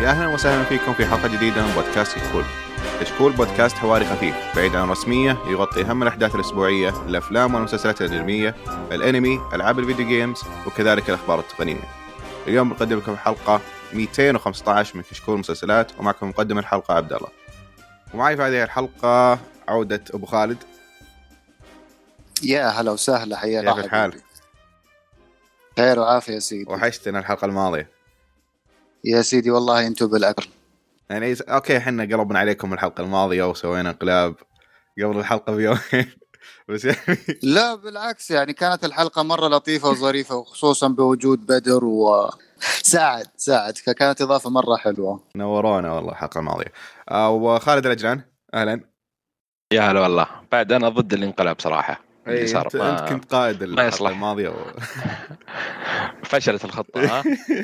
أهلا وسهلا فيكم في حلقة جديدة من بودكاست كشكول. كشكول بودكاست حواري خفيف بعيد عن رسمية، يغطي أهم الأحداث الأسبوعية، الأفلام والمسلسلات الأجنبية، الأنمي، ألعاب الفيديو جيمز، وكذلك الأخبار التقنية. اليوم بنقدم لكم حلقة 215 من كشكول مسلسلات، ومعكم مقدم الحلقة عبد الله. ومعي في هذه الحلقة عودة أبو خالد. يا هلا وسهلا، حياك. كيف الحال؟ خير وعافية يا سيدي. وحشتنا الحلقة الماضية يا سيدي والله انتو بالأكل. يعني اوكي، احنا قلبنا عليكم الحلقة الماضية وسوينا انقلاب قبل الحلقة بيومين بس يعني لا بالعكس، يعني كانت الحلقة مرة لطيفة وظريفة، وخصوصا بوجود بدر وساعد فكانت إضافة مرة حلوة. نورونا والله الحلقة الماضية. وخالد الأجران أهلا. يا هلا والله. بعد أنا ضد الانقلاب صراحة. اللي اي صار انت كنت قائد ما الحلقة يصلح. الماضية فشلت الخطة.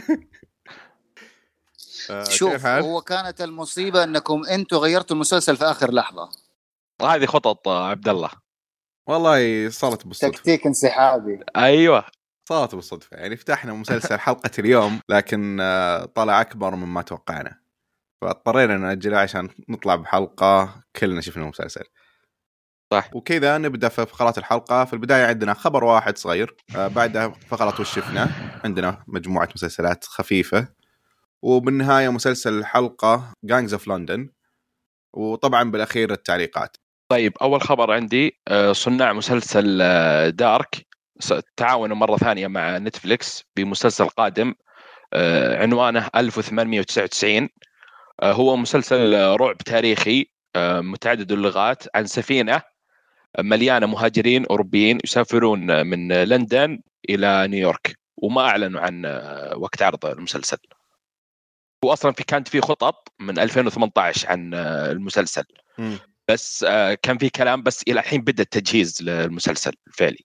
كيف شوف، الحال؟ هو كانت المصيبة انكم انتو غيرتوا المسلسل في آخر لحظة. هذه خطط عبد الله. والله صارت بالصدفة، تكتيك انسحابي. ايوه صارت بالصدفة. يعني فتحنا مسلسل حلقة اليوم لكن طلع أكبر مما توقعنا، فاضطرينا نأجله عشان نطلع بحلقة كلنا شفنا المسلسل. صح. وكذا نبدأ في فقرات الحلقة. في البداية عندنا خبر واحد صغير، بعدها فقرة وش شفنا، عندنا مجموعة مسلسلات خفيفة، وبالنهاية مسلسل الحلقة Gangs of London، وطبعا بالأخير التعليقات. طيب أول خبر عندي، صناع مسلسل دارك تعاونوا مرة ثانية مع نتفليكس بمسلسل قادم، عنوانه 1899. هو مسلسل رعب تاريخي متعدد اللغات عن سفينة مليانة مهاجرين أوروبيين يسافرون من لندن إلى نيويورك، وما أعلنوا عن وقت عرض المسلسل. وأصلا كانت في خطط من 2018 عن المسلسل، بس كان في كلام، بس إلى الحين بدأ التجهيز للمسلسل الفعلي.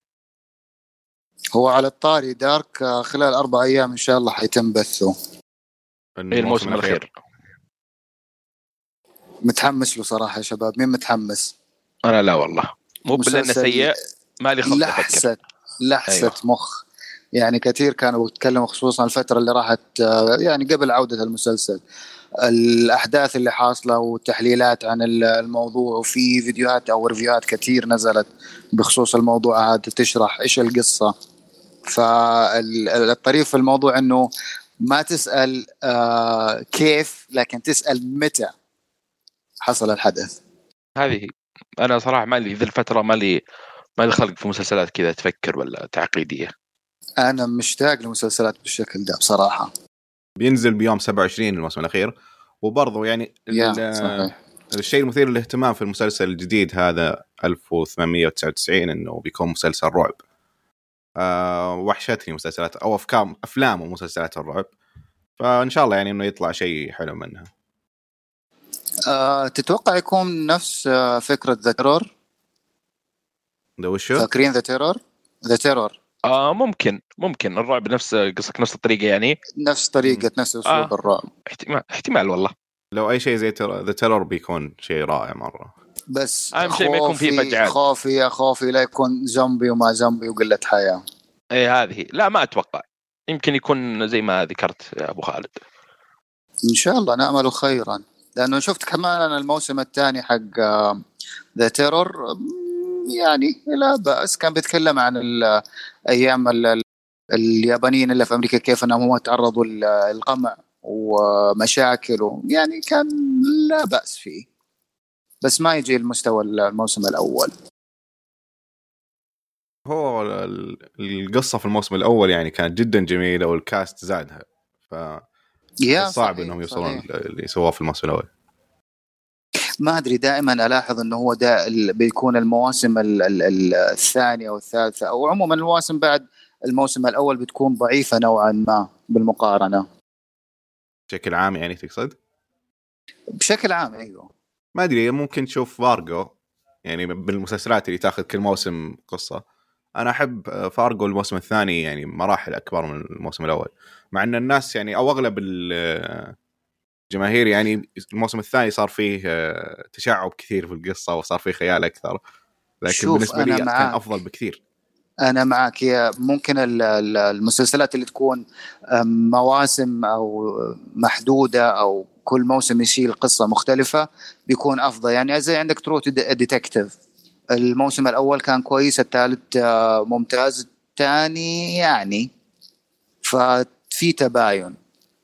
هو على الطاري دارك، خلال 4 أيام إن شاء الله حيتم بثه. الموسم الأخير. متحمس له صراحة يا شباب. مين متحمس؟ أنا لا والله، مو بلأنه سيء، ما لي خلق أفكر. لحسة أيوة. مخ. يعني كثير كانوا يتكلموا، خصوصا الفترة اللي راحت، يعني قبل عودة المسلسل، الأحداث اللي حاصلة والتحليلات عن الموضوع، وفي فيديوهات أو ريفيوهات كثير نزلت بخصوص الموضوع هذا تشرح إيش القصة. فالطريف في الموضوع إنه ما تسأل كيف، لكن تسأل متى حصل الحدث. هذه أنا صراحة ما لي ذي الفترة، ما لي خلق في مسلسلات كذا تفكر ولا تعقيدية. أنا مشتاق لمسلسلات بالشكل ده بصراحة. بينزل بيوم 27 الموسم الأخير. وبرضو يعني الشيء المثير للاهتمام في المسلسل الجديد هذا 1899 إنه بيكون مسلسل رعب. وحشتني مسلسلات أو أفلام ومسلسلات الرعب، فإن شاء الله يعني إنه يطلع شيء حلو منها. تتوقع يكون نفس فكرة ذا تيرور؟ ده وشو؟ فاكرين ذا تيرور؟ ممكن الرعب نفس قصك، نفس الطريقة، يعني نفس طريقة نفس أسلوب الرعب. احتمال والله. لو أي شيء زي ذا تيرور بيكون شيء رائع مرة. بس أهم شيء ما يكون فيه فجعات. خوفي لا يكون زومبي وما زومبي وقلة حياة. ايه هذه لا، ما اتوقع. يمكن يكون زي ما ذكرت يا ابو خالد. ان شاء الله نأمل خيرا، لانه شفت كمان أنا الموسم الثاني حق ذا تيرور، يعني لا بأس. كان بيتكلم عن الايام اليابانيين اللي في امريكا، كيف انهم تعرضوا للقمع ومشاكل، يعني كان لا بأس فيه، بس ما يجي المستوى الموسم الاول. هو القصة في الموسم الأول يعني كانت جدا جميلة والكاست زادها، صعب إنهم يوصلون اللي سواه في الموسم الأول. ما أدري، دائما ألاحظ إنه هو بيكون المواسم الثانية والثالثة، أو عموما المواسم بعد الموسم الأول بتكون ضعيفة نوعا ما بالمقارنة. بشكل عام يعني تقصد؟ بشكل عام أيوه. ما أدري، ممكن تشوف فارغو يعني بالمسلسلات اللي تاخذ كل موسم قصة. أنا أحب فارغو الموسم الثاني يعني مراحل أكبر من الموسم الأول، مع أن الناس يعني أو أغلب الجماهير يعني الموسم الثاني صار فيه تشعب كثير في القصة وصار فيه خيال أكثر، لكن بالنسبة لي كان أفضل بكثير. أنا معك. هي ممكن المسلسلات اللي تكون مواسم أو محدودة أو كل موسم يشيل قصة مختلفة بيكون أفضل. يعني زي عندك ترو ديتكتيف، الموسم الأول كان كويس، الثالث ممتاز، الثاني يعني ففي تباين.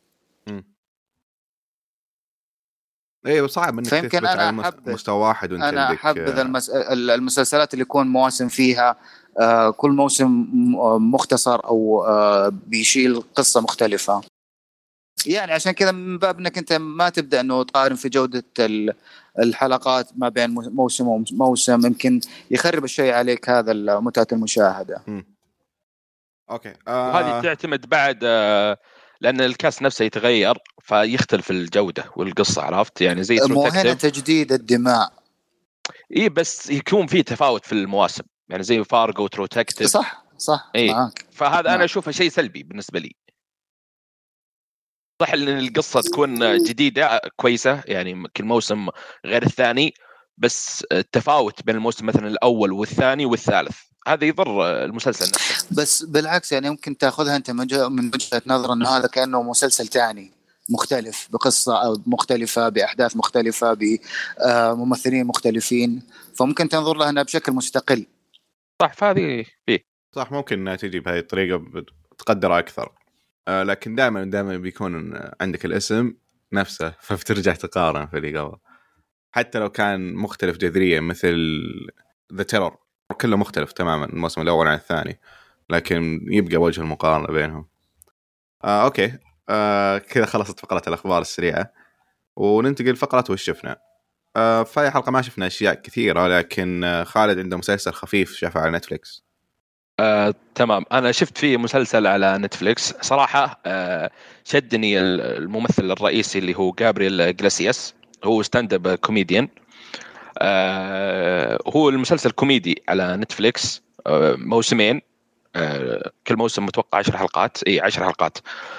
ايوه صعب انك فيمكن تثبت على مستوى واحد وانت أنا عندك أحبذ المسلسلات اللي يكون مواسم فيها كل موسم مختصر أو بيشيل قصة مختلفة. يعني عشان كذا من باب انك انت ما تبدا انه تقارن في جوده الحلقات ما بين موسم وموسم، يمكن يخرب الشيء عليك هذا متعه المشاهده. اوكي. وهذه تعتمد بعد لان الكاس نفسه يتغير فيختلف الجوده والقصه، عرفت يعني زي مو هنا تجديد الدماء. اي بس يكون في تفاوت في المواسم، يعني زي فارغو وترو ديتكتيف. صح إيه؟ معك. فهذا انا اشوفه شيء سلبي بالنسبه لي. صح ان القصه تكون جديده كويسه، يعني كل موسم غير الثاني، بس التفاوت بين الموسم مثلا الاول والثاني والثالث هذا يضر المسلسل نفسه. بس بالعكس يعني ممكن تاخذها انت من وجهه نظر انه هذا كانه مسلسل ثاني مختلف بقصه مختلفه باحداث مختلفه بممثلين مختلفين، فممكن تنظر لها انها بشكل مستقل. صح، فهذه فيه صح، ممكن انها تجي بهذه الطريقه تقدرها اكثر. لكن دائما بيكون عندك الاسم نفسه فبترجع تقارن في اللي قبل، حتى لو كان مختلف جذريا مثل ذا تيرور كله مختلف تماما الموسم الاول عن الثاني، لكن يبقى وجه المقارنه بينهم. اوكي. كذا خلصت فقره الاخبار السريعه وننتقل لفقره وش شفنا. في حلقه ما شفنا اشياء كثيره، لكن خالد عنده مسلسل خفيف شافه على نتفليكس. تمام، أنا شفت فيه مسلسل على نتفليكس صراحة. شدني الممثل الرئيسي اللي هو جابرييل إغليسياس، هو ستاند اب كوميديان. هو المسلسل كوميدي على نتفليكس، موسمين، كل موسم متوقع 10 حلقات. 10 حلقات.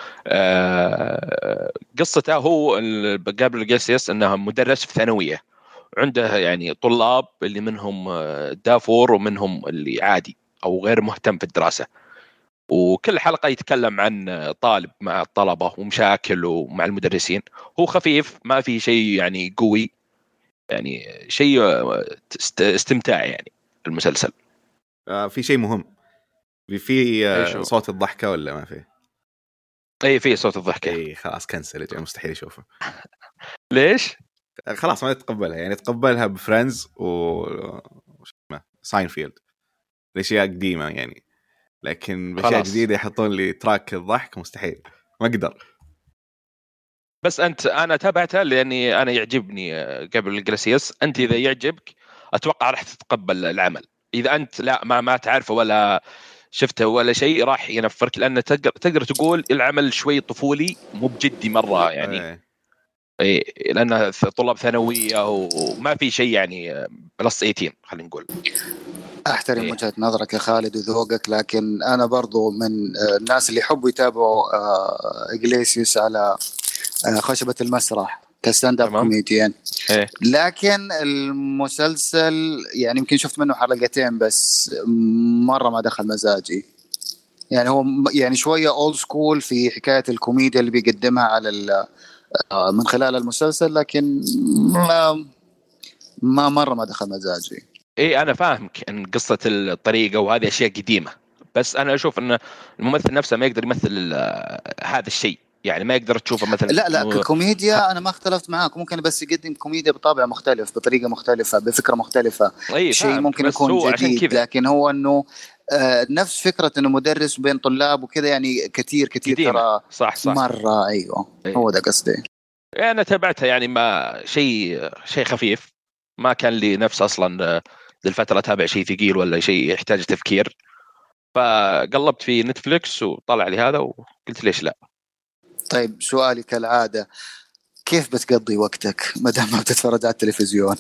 قصته هو جابرييل إغليسياس انه مدرس في ثانوية، عنده يعني طلاب اللي منهم دافور ومنهم اللي عادي او غير مهتم في الدراسه، وكل حلقه يتكلم عن طالب مع الطلبه ومشاكل ومع المدرسين. هو خفيف، ما في شيء يعني قوي، يعني شيء استمتاع يعني المسلسل. في شيء مهم، في صوت الضحكه ولا ما في؟ اي في صوت الضحكه. اي خلاص كنسل، مستحيل اشوفه. ليش؟ خلاص ما تتقبلها، يعني تقبلها بفريندز و ساينفيلد، الاشياء قديمه يعني، لكن باشياء جديده يحطون لي تراك الضحك مستحيل، ما اقدر. بس انا تابعته لاني انا يعجبني قبل الجلاسيس. انت اذا يعجبك اتوقع راح تتقبل العمل. اذا انت لا ما تعرفه ولا شفته ولا شيء راح ينفرك، لان تقدر تقول العمل شوي طفولي مو بجدي مره يعني. اي لان طلاب ثانويه وما في شيء يعني بلس 18 خلينا نقول. احترم وجهة نظرك يا خالد وذوقك، لكن انا برضو من الناس اللي يحبوا يتابعوا إغليسيوس على خشبة المسرح كستاند اب كوميديان. لكن المسلسل يعني يمكن شفت منه حلقتين بس، مرة ما دخل مزاجي. يعني هو يعني شوية اولد سكول في حكاية الكوميديا اللي بيقدمها على من خلال المسلسل، لكن ما مرة ما دخل مزاجي. ايه انا فاهمك ان قصة الطريقة وهذه اشياء قديمة، بس انا اشوف ان الممثل نفسه ما يقدر يمثل هذا الشيء، يعني ما يقدر تشوفه مثلا. لا ككوميديا انا ما اختلفت معاك، ممكن بس يقدم كوميديا بطابع مختلف بطريقة مختلفة بفكرة مختلفة. شيء ممكن يكون جديد، لكن هو انه نفس فكرة انه مدرس بين طلاب وكذا يعني كثير ترى صح مرة. ايوه هو ده قصدي. انا تابعتها يعني ما شيء خفيف، ما كان لي نفس اصلا للفترة اتابع شيء ثقيل ولا شيء يحتاج تفكير، فقلبت في نتفليكس وطلع لي هذا وقلت ليش لا. طيب سؤالي كالعادة، كيف بتقضي وقتك ما دام ما بتتفرج على التلفزيون؟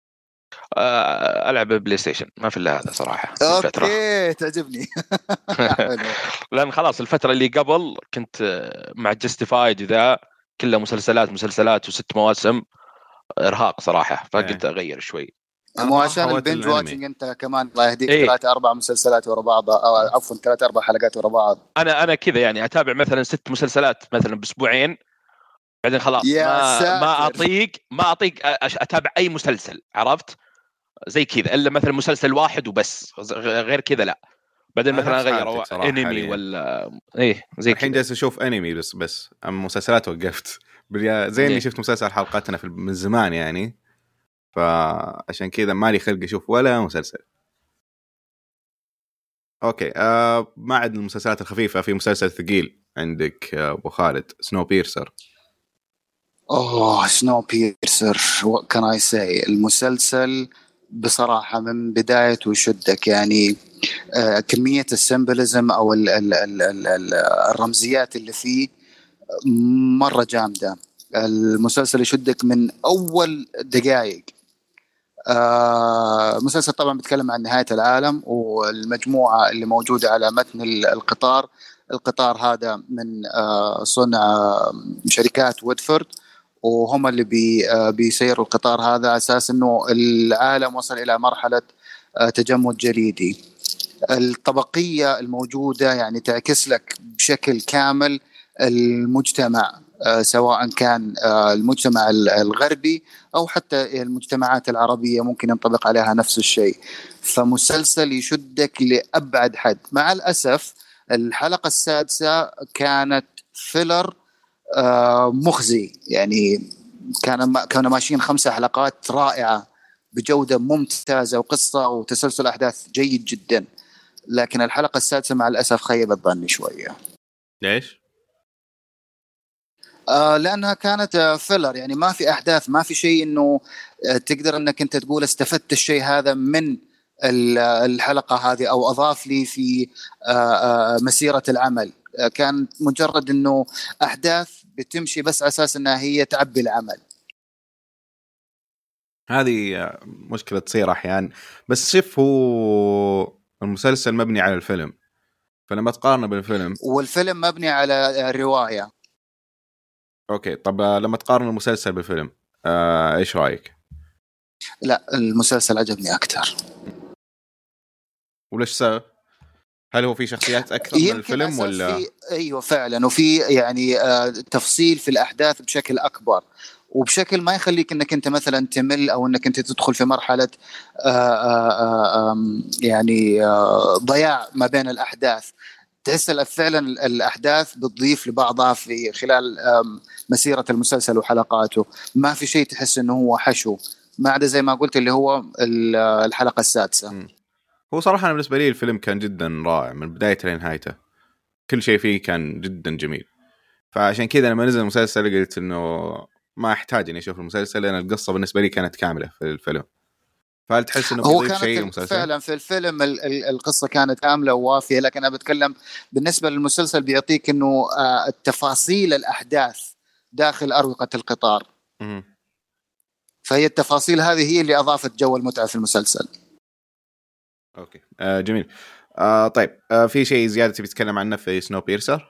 ألعب بلاي ستيشن، ما في إلا هذا صراحة. أوكي تعجبني. لأن خلاص الفترة اللي قبل كنت مع جستيفايد وذا كلها مسلسلات و6 مواسم، إرهاق صراحة، فقلت أغير شوي. مو عشان البنج واتشنج انت كمان الله يهديك 3-4 مسلسلات ورا بعض، او عفوا 3-4 حلقات ورا بعض. انا كذا يعني اتابع مثلا 6 مسلسلات مثلا باسبوعين، بعدين خلاص ما اطيق اتابع اي مسلسل، عرفت زي كذا، الا مثلا مسلسل واحد وبس، غير كذا لا. بعدين مثلا اغير انمي ولا زي الحين جالس اشوف انمي بس اما مسلسلات وقفت زي اني شفت مسلسل حلقاتنا من زمان يعني، فعشان كذا مالي خلق اشوف ولا مسلسل. اوكي ما عاد المسلسلات الخفيفه، في مسلسل ثقيل عندك ابو خالد، سنو بيرسر. سنو بيرسر what can I say. المسلسل بصراحة من بدايته يشدك يعني. كمية السيمبلزم أو الرمزيات اللي فيه مرة جامدة. المسلسل يشدك من أول دقائق. مسلسل طبعا بيتكلم عن نهاية العالم والمجموعة اللي موجودة على متن القطار هذا من صنع شركات وودفورد، وهم اللي بيسيروا القطار هذا على أساس أنه العالم وصل إلى مرحلة تجمد جليدي. الطبقية الموجودة يعني تعكس لك بشكل كامل المجتمع، سواء كان المجتمع الغربي أو حتى المجتمعات العربية ممكن ينطبق عليها نفس الشيء. فمسلسل يشدك لأبعد حد. مع الأسف الحلقة السادسة كانت فيلر مخزي يعني. كانوا ماشيين 5 حلقات رائعة بجودة ممتازة وقصة وتسلسل أحداث جيد جدا، لكن الحلقة السادسة مع الأسف خيبت ظني شوية. ليش؟ لأنها كانت فيلر يعني، ما في أحداث، ما في شيء إنه تقدر إنك أنت تقول استفدت الشيء هذا من الحلقة هذه أو أضاف لي في مسيرة العمل. كان مجرد إنه أحداث بتمشي بس أساس إنها هي تعبي العمل. هذه مشكلة تصير أحيان، بس شوف هو المسلسل مبني على الفيلم، فلما تقارنه بالفيلم والفيلم مبني على الرواية. أوكي طب لما تقارن المسلسل بالفيلم إيش رأيك؟ لا المسلسل عجبني أكتر. وليش سبب؟ هل هو في شخصيات أكثر من الفيلم ولا؟ أيوة فعلا، وفي يعني تفصيل في الأحداث بشكل أكبر، وبشكل ما يخليك انك انت مثلا تمل او انك انت تدخل في مرحله يعني ضياع ما بين الاحداث. تحس فعلا الاحداث بتضيف لبعضها في خلال مسيره المسلسل وحلقاته. ما في شيء تحس انه هو حشو، ما عدا زي ما قلت اللي هو الحلقه السادسه. هو صراحه أنا بالنسبه لي الفيلم كان جدا رائع من بدايته لنهايته، كل شيء فيه كان جدا جميل. فعشان كذا لما نزل المسلسل قلت انه ما احتاج اني اشوف المسلسل لان القصه بالنسبه لي كانت كامله في الفيلم. فهل تحس انه بيضيف شيء المسلسل؟ فعلا في الفيلم القصه كانت كامله ووافيه، لكن انا بتكلم بالنسبه للمسلسل بيعطيك انه التفاصيل الاحداث داخل اروقه القطار. فهي التفاصيل هذه هي اللي اضافت جو المتعه في المسلسل. اوكي جميل. طيب في شيء زياده تبي تتكلم عنه في سنو بيرسر؟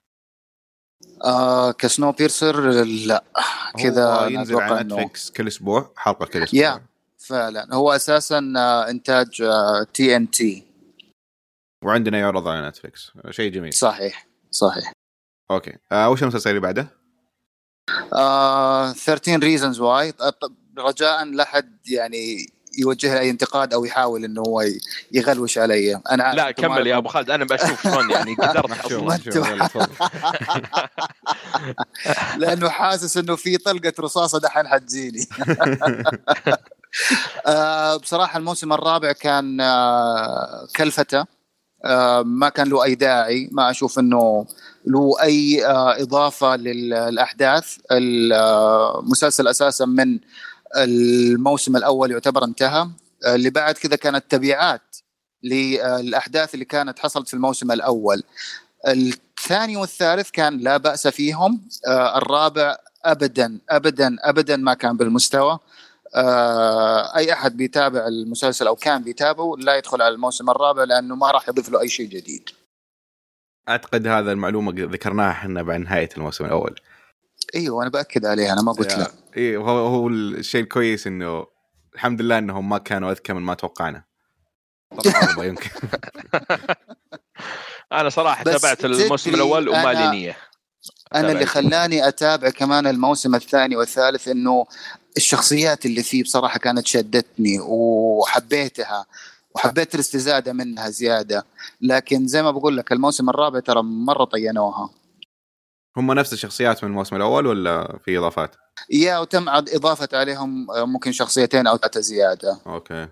كسنو بيرسر لا كذا ينزل على نتفليكس كل اسبوع حلقه كل اسبوع. فعلا هو اساسا انتاج TNT وعندنا يعرض على نتفليكس، شيء جميل. صحيح. اوكي وش المسلسل اللي بعده؟ 13 reasons why. رجاء لا حد يعني يوجه اي انتقاد او يحاول انه هو يغلوش علي. انا لا كمل يا ابو خالد، انا بشوف شلون يعني قدرت اصلا لانه حاسس انه في طلقه رصاصه دحين حتجيني. بصراحه الموسم الرابع كان كلفتة، ما كان له اي داعي، ما اشوف انه له اي اضافه للاحداث. المسلسل اساسا من الموسم الأول يعتبر انتهى. اللي بعد كذا كانت تبعات للأحداث اللي كانت حصلت في الموسم الأول. الثاني والثالث كان لا بأس فيهم. الرابع أبدا أبدا أبدا ما كان بالمستوى. أي أحد بيتابع المسلسل أو كان بيتابعه لا يدخل على الموسم الرابع، لأنه ما راح يضيف له أي شيء جديد. أعتقد هذا المعلومة ذكرناها إحنا بعد نهاية الموسم الأول. ايوه انا باكد عليها، انا ما قلت لا. ايه هو الشيء الكويس انه الحمد لله انهم ما كانوا اذكى من ما توقعنا. طبعا يمكن. انا صراحه تابعت الموسم الاول وما لي نيه. انا اللي خلاني اتابع كمان الموسم الثاني والثالث انه الشخصيات اللي فيه بصراحه كانت شدتني وحبيتها وحبيت الاستزاده منها زياده. لكن زي ما بقول لك الموسم الرابع ترى مره طينوها. هم نفس الشخصيات من الموسم الاول ولا في اضافات؟ وتم اضافه عليهم ممكن شخصيتين او ثلاثه زياده. اوكي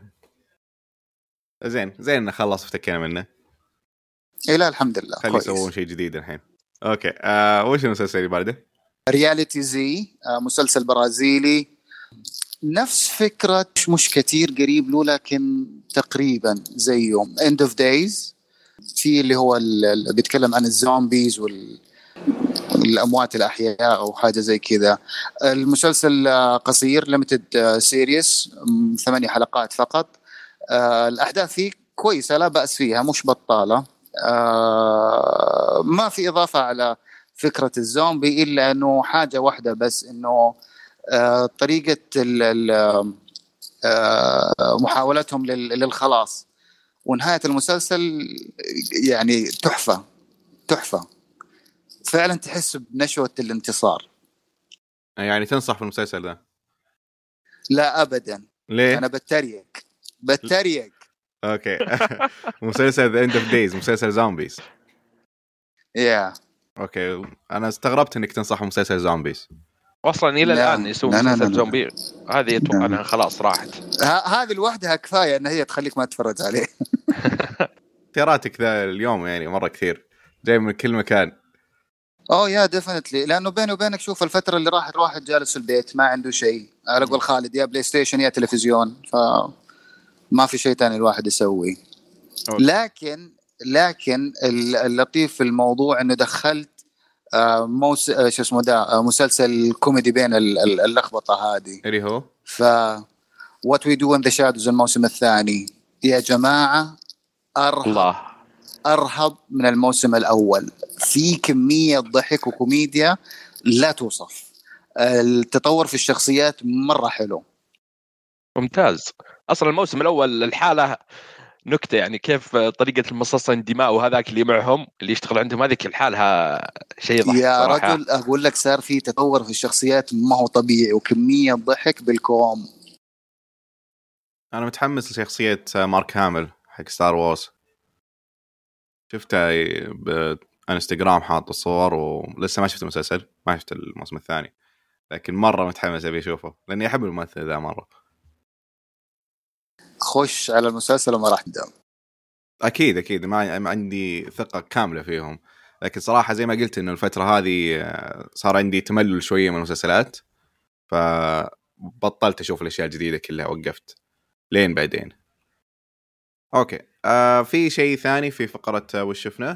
زين نخلص افتكينا منه. لا الحمد لله خلي يسوون شيء جديد الحين. اوكي وش المسلسل اللي بعده؟ رياليتي زي مسلسل برازيلي نفس فكرة مش كتير قريب له لكن تقريبا زيهم. End of Days في اللي هو اللي بيتكلم عن الزومبيز والأموات الأحياء أو حاجة زي كذا. المسلسل قصير limited series 8 حلقات فقط. الأحداث فيه كويسة لا بأس فيها مش بطالة. ما في إضافة على فكرة الزومبي إلا أنه حاجة واحدة بس إنه طريقة محاولتهم للخلاص ونهاية المسلسل يعني تحفة فعلا تحس بنشوة الانتصار. يعني تنصح في المسلسل ده؟ لا أبدا. ليه؟ أنا بتريق. اوكي. مسلسل The End of Days مسلسل زومبيز. اوكي انا استغربت انك تنصح مسلسل زومبيز اصلا الى الان يسوون مسلسل زومبي. هذه اتوقع انها خلاص راحت. هذه لوحدها كفايه ان هي تخليك ما تتفرج عليه. اختياراتك ذا اليوم يعني مره كثير جاي من كل مكان. يا ديفينتلي لانه بيني وبينك شوف الفتره اللي راحت الواحد جالس في البيت ما عنده شيء على قول خالد يا بلاي ستيشن يا تلفزيون فما في شيء تاني الواحد يسويه. لكن اللطيف في الموضوع انه دخلت شو اسمه ده مسلسل كوميدي بين اللخبطه هذه اللي هو What We Do in the Shadows الموسم الثاني. يا جماعه ارهب من الموسم الاول. في كميه ضحك وكوميديا لا توصف. التطور في الشخصيات مره حلو ممتاز. اصلا الموسم الاول الحاله نكته يعني كيف طريقه المصاصين الدماء وهذاك اللي معهم اللي يشتغل عندهم هذيك الحالها شيء ضحك يا صراحة. رجل اقول لك صار في تطور في الشخصيات ما هو طبيعي وكميه ضحك بالكوم. انا متحمس لشخصيه مارك هامل حق ستار وورز. شفته بانستغرام حاط الصور ولسه ما شفت المسلسل ما شفت الموسم الثاني لكن مره متحمس ابي اشوفه لاني احب الممثل ذا مره. خش على المسلسل وما راح تدام. اكيد ما عندي ثقه كامله فيهم لكن صراحه زي ما قلت انه الفتره هذه صار عندي تملل شويه من المسلسلات فبطلت اشوف الاشياء الجديده كلها وقفت لين بعدين. اوكي في شيء ثاني في فقره وش شفنا؟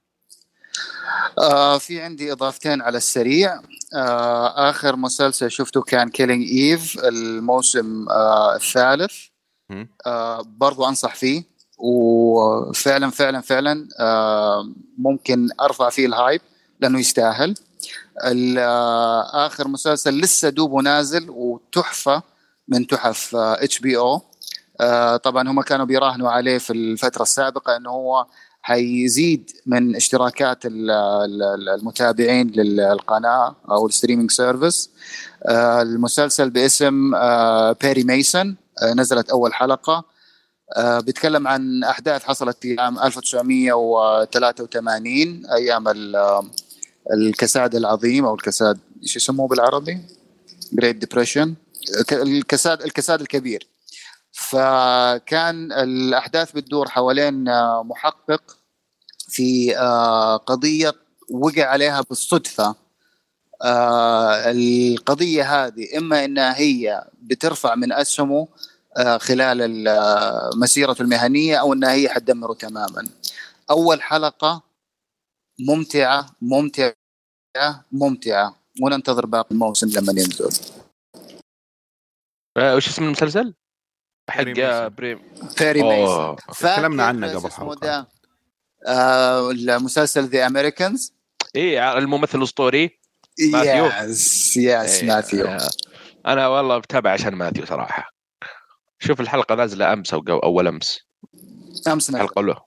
في عندي اضافتين على السريع. اخر مسلسل شفته كان كيلينج ايف الموسم الثالث. برضو انصح فيه وفعلا فعلا فعلا ممكن ارفع فيه الهايب لانه يستاهل. اخر مسلسل لسه دوبه نازل وتحفه من تحف HBO. طبعا هم كانوا بيراهنوا عليه في الفتره السابقه انه هو حيزيد من اشتراكات المتابعين للقناه او الستريمينج سيرفيس. المسلسل باسم بيري ميسون نزلت اول حلقه. بيتكلم عن احداث حصلت في عام 1983 ايام الكساد العظيم او الكساد ايش يسموه بالعربي Great Depression الكساد الكبير. فكان الأحداث بتدور حوالين محقق في قضية وقع عليها بالصدفة. القضية هذه إما إنها هي بترفع من أسهمه خلال مسيرته المهنية أو إنها هي حتدمره تماما. أول حلقة ممتعة وننتظر باقي الموسم لما ينزل. وش اسم المسلسل؟ حق بريم بيري ميسون. تكلمنا عنه قبل حلقة. المسلسل ذا أمريكانز. إيه الممثل الأسطوري ماثيو. يس ماثيو. أنا والله بتابع عشان ماثيو صراحة. شوف الحلقه نازله امس او اول امس الحلقه له.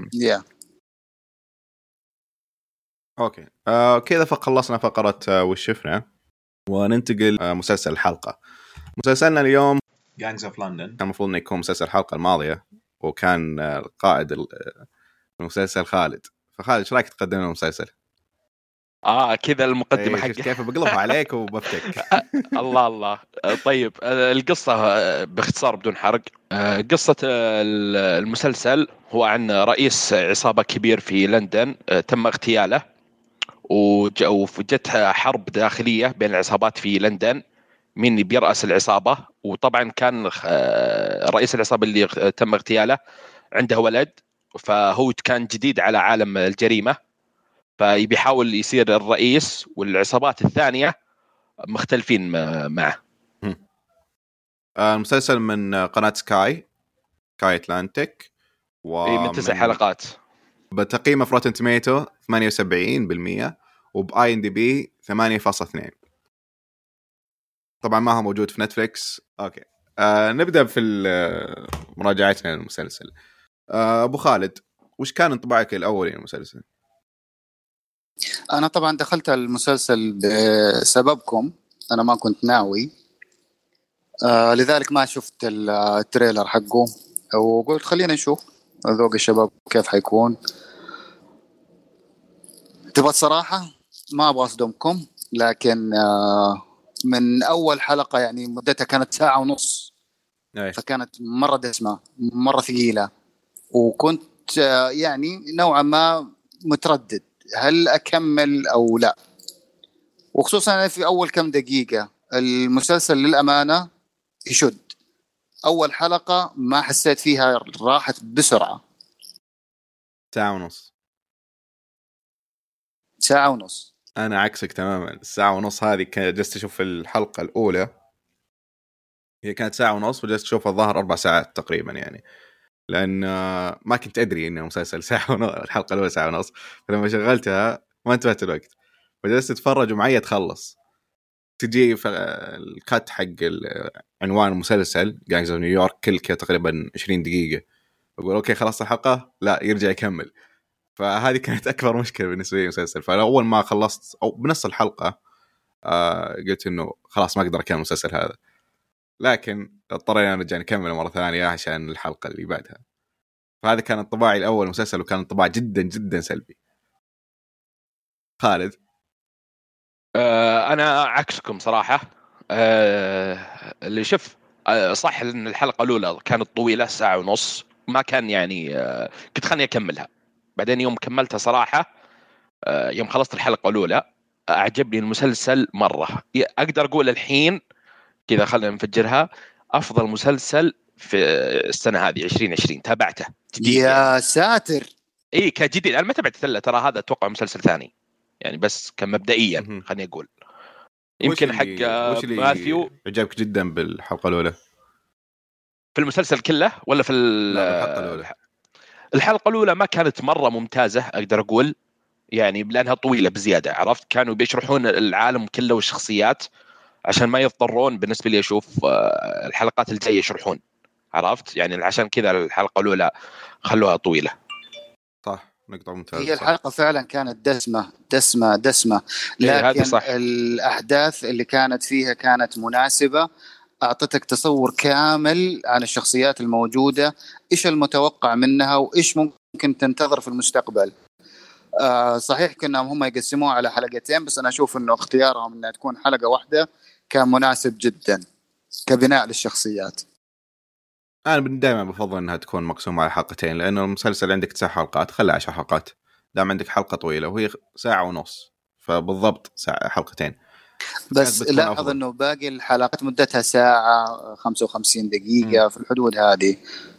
اوكي كذا فخلصنا فقره وش شفنا وننتقل مسلسل الحلقه. مسلسلنا اليوم Gangs of London، كان المفروض انه يكون مسلسل الحلقه الماضيه، وكان القائد المسلسل خالد. فخالد ايش رايك تقدم لنا المسلسل؟ كذا المقدمه حقي كيف بقلبها عليك وبفتك. الله. طيب القصه باختصار بدون حرق. قصه المسلسل هو عن رئيس عصابه كبير في لندن تم اغتياله، وجتها حرب داخليه بين العصابات في لندن، مين بيرأس العصابه. وطبعا كان رئيس العصابه اللي تم اغتياله عنده ولد، فهو كان جديد على عالم الجريمه، فبيحاول يصير الرئيس، والعصابات الثانيه مختلفين معه. المسلسل من قناه سكاي اتلانتيك، من 9 حلقات. بتقييمه في روتن توميتو 78%، وباي ان دي بي 8.2. طبعا ما هو موجود في نتفليكس. اوكي نبدا في مراجعتنا للمسلسل. ابو خالد، وش كان انطباعك الاولي للمسلسل؟ انا طبعا دخلت المسلسل بسببكم، انا ما كنت ناوي، لذلك ما شفت التريلر حقه، وقلت خلينا نشوف ذوق الشباب كيف حيكون. تبغى الصراحة ما أبغى أصدمكم، لكن من أول حلقة يعني مدتها كانت 1.5 ساعة، فكانت مرة دسمة مرة ثقيلة، وكنت يعني نوعا ما متردد هل أكمل أو لا، وخصوصا في أول كم دقيقة المسلسل للأمانة يشد. أول حلقة ما حسيت فيها، راحت بسرعة. 1.5 ساعة. أنا عكسك تماما. 1.5 هذه جلست أشوف الحلقة الأولى، هي كانت 1.5 وجلست أشوفها الظاهر 4 ساعات تقريبا يعني، لأن ما كنت أدري إنه مسلسل 1.5، الحلقة الأولى 1.5. فلما شغلتها ما انتبهت الوقت، فجلست أتفرج ومعي تخلص، تجي الكات حق عنوان المسلسل Gangs of New York كل تقريبا 20 دقيقة، أقول أوكي خلصت الحلقة، لا يرجع يكمل. فهذه كانت أكبر مشكلة بالنسبة لي المسلسل. فأول ما خلصت أو بنص الحلقة قلت إنه خلاص ما أقدر أكمل المسلسل هذا، لكن اضطرينا نرجع نكمله مرة ثانية عشان الحلقة اللي بعدها. فهذا كان انطباعي الأول المسلسل، وكان انطباع جدا جدا سلبي. خالد؟ أنا عكسكم صراحة. اللي شوف صح إن الحلقة الأولى كانت طويلة 1.5 ساعة، ما كان يعني كنت خلني أكملها. بعدين يوم كملتها صراحة، يوم خلصت الحلقة الأولى أعجبني المسلسل مرة. أقدر أقول الحين كذا خلينا نفجرها، أفضل مسلسل في السنة هذه 2020 تابعته جديد يا يعني. ساتر. إيه كجديد، أنا ما تابعت إلا ترى هذا أتوقع مسلسل ثاني يعني، بس كمبدئيا خليني أقول يمكن حق ماثيو. عجبك جدا بالحلقة الأولى في المسلسل كله ولا في الحلقة الأولى؟ الحلقة الأولى ما كانت مرة ممتازة أقدر أقول يعني، لأنها طويلة بزيادة. عرفت كانوا بيشرحون العالم كله والشخصيات عشان ما يضطرون بالنسبة لي أشوف الحلقات الجاية يشرحون. عرفت يعني عشان كذا الحلقة الأولى خلوها طويلة. صح، نقطة ممتازة. هي الحلقة فعلا كانت دسمة، لكن الأحداث اللي كانت فيها كانت مناسبة، أعطتك تصور كامل عن الشخصيات الموجودة، إيش المتوقع منها وإيش ممكن تنتظر في المستقبل. صحيح كنا هم يقسموها على حلقتين، بس أنا أشوف أنه اختيارهم أنها تكون حلقة واحدة كان مناسب جدا كبناء للشخصيات. أنا دائما بفضل أنها تكون مقسومة على حلقتين، لأنه المسلسل عندك 9 حلقات، خلى 10 حلقات دام عندك حلقة طويلة وهي 1.5 ساعة، فبالضبط حلقتين. بس لاحظ أنه باقي الحلقات مدتها 1 ساعة 55 دقيقة في الحدود هذه.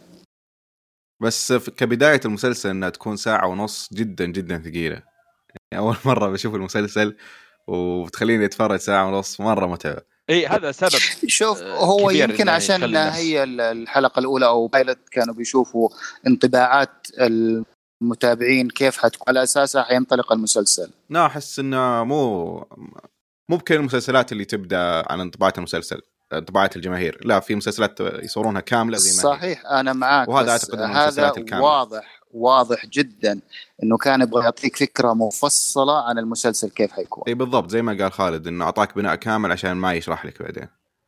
بس كبداية المسلسل أنها تكون 1.5 ساعة جدا جدا ثقيلة يعني. أول مرة بشوف المسلسل وتخليني أتفرج 1.5 ساعة، مرة متعب. إيه هذا سبب. شوف هو يمكن عشان هي الحلقة الأولى أو بايلوت، كانوا بيشوفوا انطباعات المتابعين كيف حتكون، على أساسها حينطلق المسلسل. لا أحس إنه مو بكل المسلسلات اللي تبدأ عن انطباعات المسلسل. طباعات الجماهير. لا، في مسلسلات يصورونها كامله زي ما هي. صحيح، انا معاك، وهذا بس اعتقد من هذا المسلسلات الكامله. واضح جدا انه كان يبغى يعطيك فكره مفصله عن المسلسل كيف حيكون. اي بالضبط، زي ما قال خالد انه اعطاك بناء كامل عشان ما يشرح لك بعدين.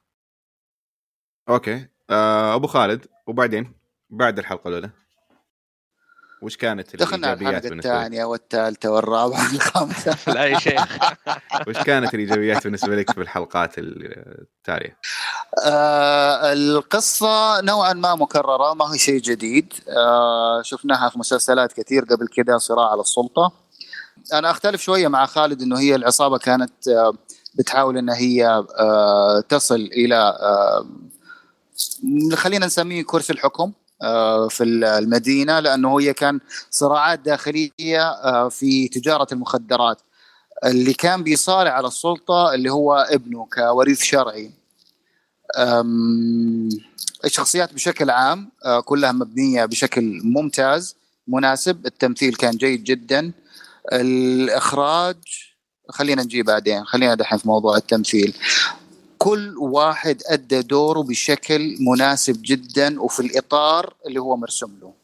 اوكي، ابو خالد، وبعدين بعد الحلقه الاولى وش كانت دخلنا على الايجابيات الحلقه بالنسبه لك؟ الثانيه والثالثه والرابعه والخامسه. لا يا شيخ. وش كانت الايجابيات بالنسبه لك في الحلقات التاليه؟ القصة نوعا ما مكررة، ما هي شيء جديد. شفناها في مسلسلات كثير قبل كده، صراع على السلطة. أنا أختلف شوية مع خالد إنه هي العصابة كانت بتحاول إن هي تصل إلى خلينا نسميه كرسي الحكم في المدينة، لأنه هي كان صراعات داخلية في تجارة المخدرات. اللي كان بيصارع على السلطة اللي هو ابنه كوريث شرعي. الشخصيات بشكل عام كلها مبنية بشكل ممتاز مناسب. التمثيل كان جيد جدا. الإخراج خلينا نجي بعدين، خلينا دحين في موضوع التمثيل. كل واحد أدى دوره بشكل مناسب جدا وفي الإطار اللي هو مرسوم له.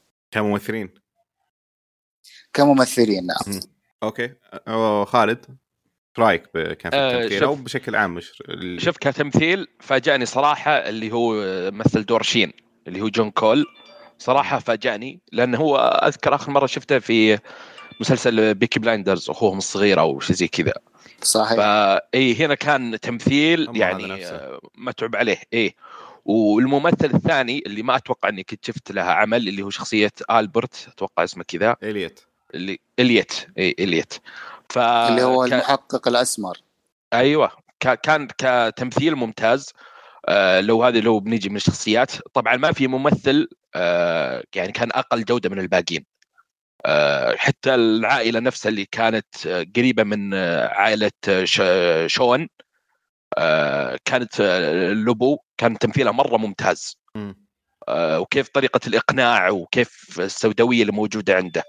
كممثلين نعم. اوكي، خالد رايك كان في التمثيل او بشكل عام؟ شوف، كتمثيل فاجأني صراحة اللي هو مثل دور شين اللي هو جون كول. صراحة فاجأني، لأنه هو أذكر آخر مرة شفته في مسلسل بيكي بلايندرز وأخوهم الصغير أو شيء زي كذا. صحيح. فأي هنا كان تمثيل يعني متعب عليه. إيه، والممثل الثاني اللي ما أتوقع أني كنت شفت لها عمل اللي هو شخصية ألبرت، أتوقع اسمه كذا، إليت. إليت. اللي هو المحقق الأسمر. أيوة، كان كتمثيل ممتاز. لو بنيجي من الشخصيات، طبعا ما في ممثل يعني كان أقل جودة من الباقين. حتى العائلة نفسها اللي كانت قريبة من عائلة شون كانت لوبو، كان تمثيلها مرة ممتاز. وكيف طريقة الإقناع وكيف السوداوية اللي موجودة عنده.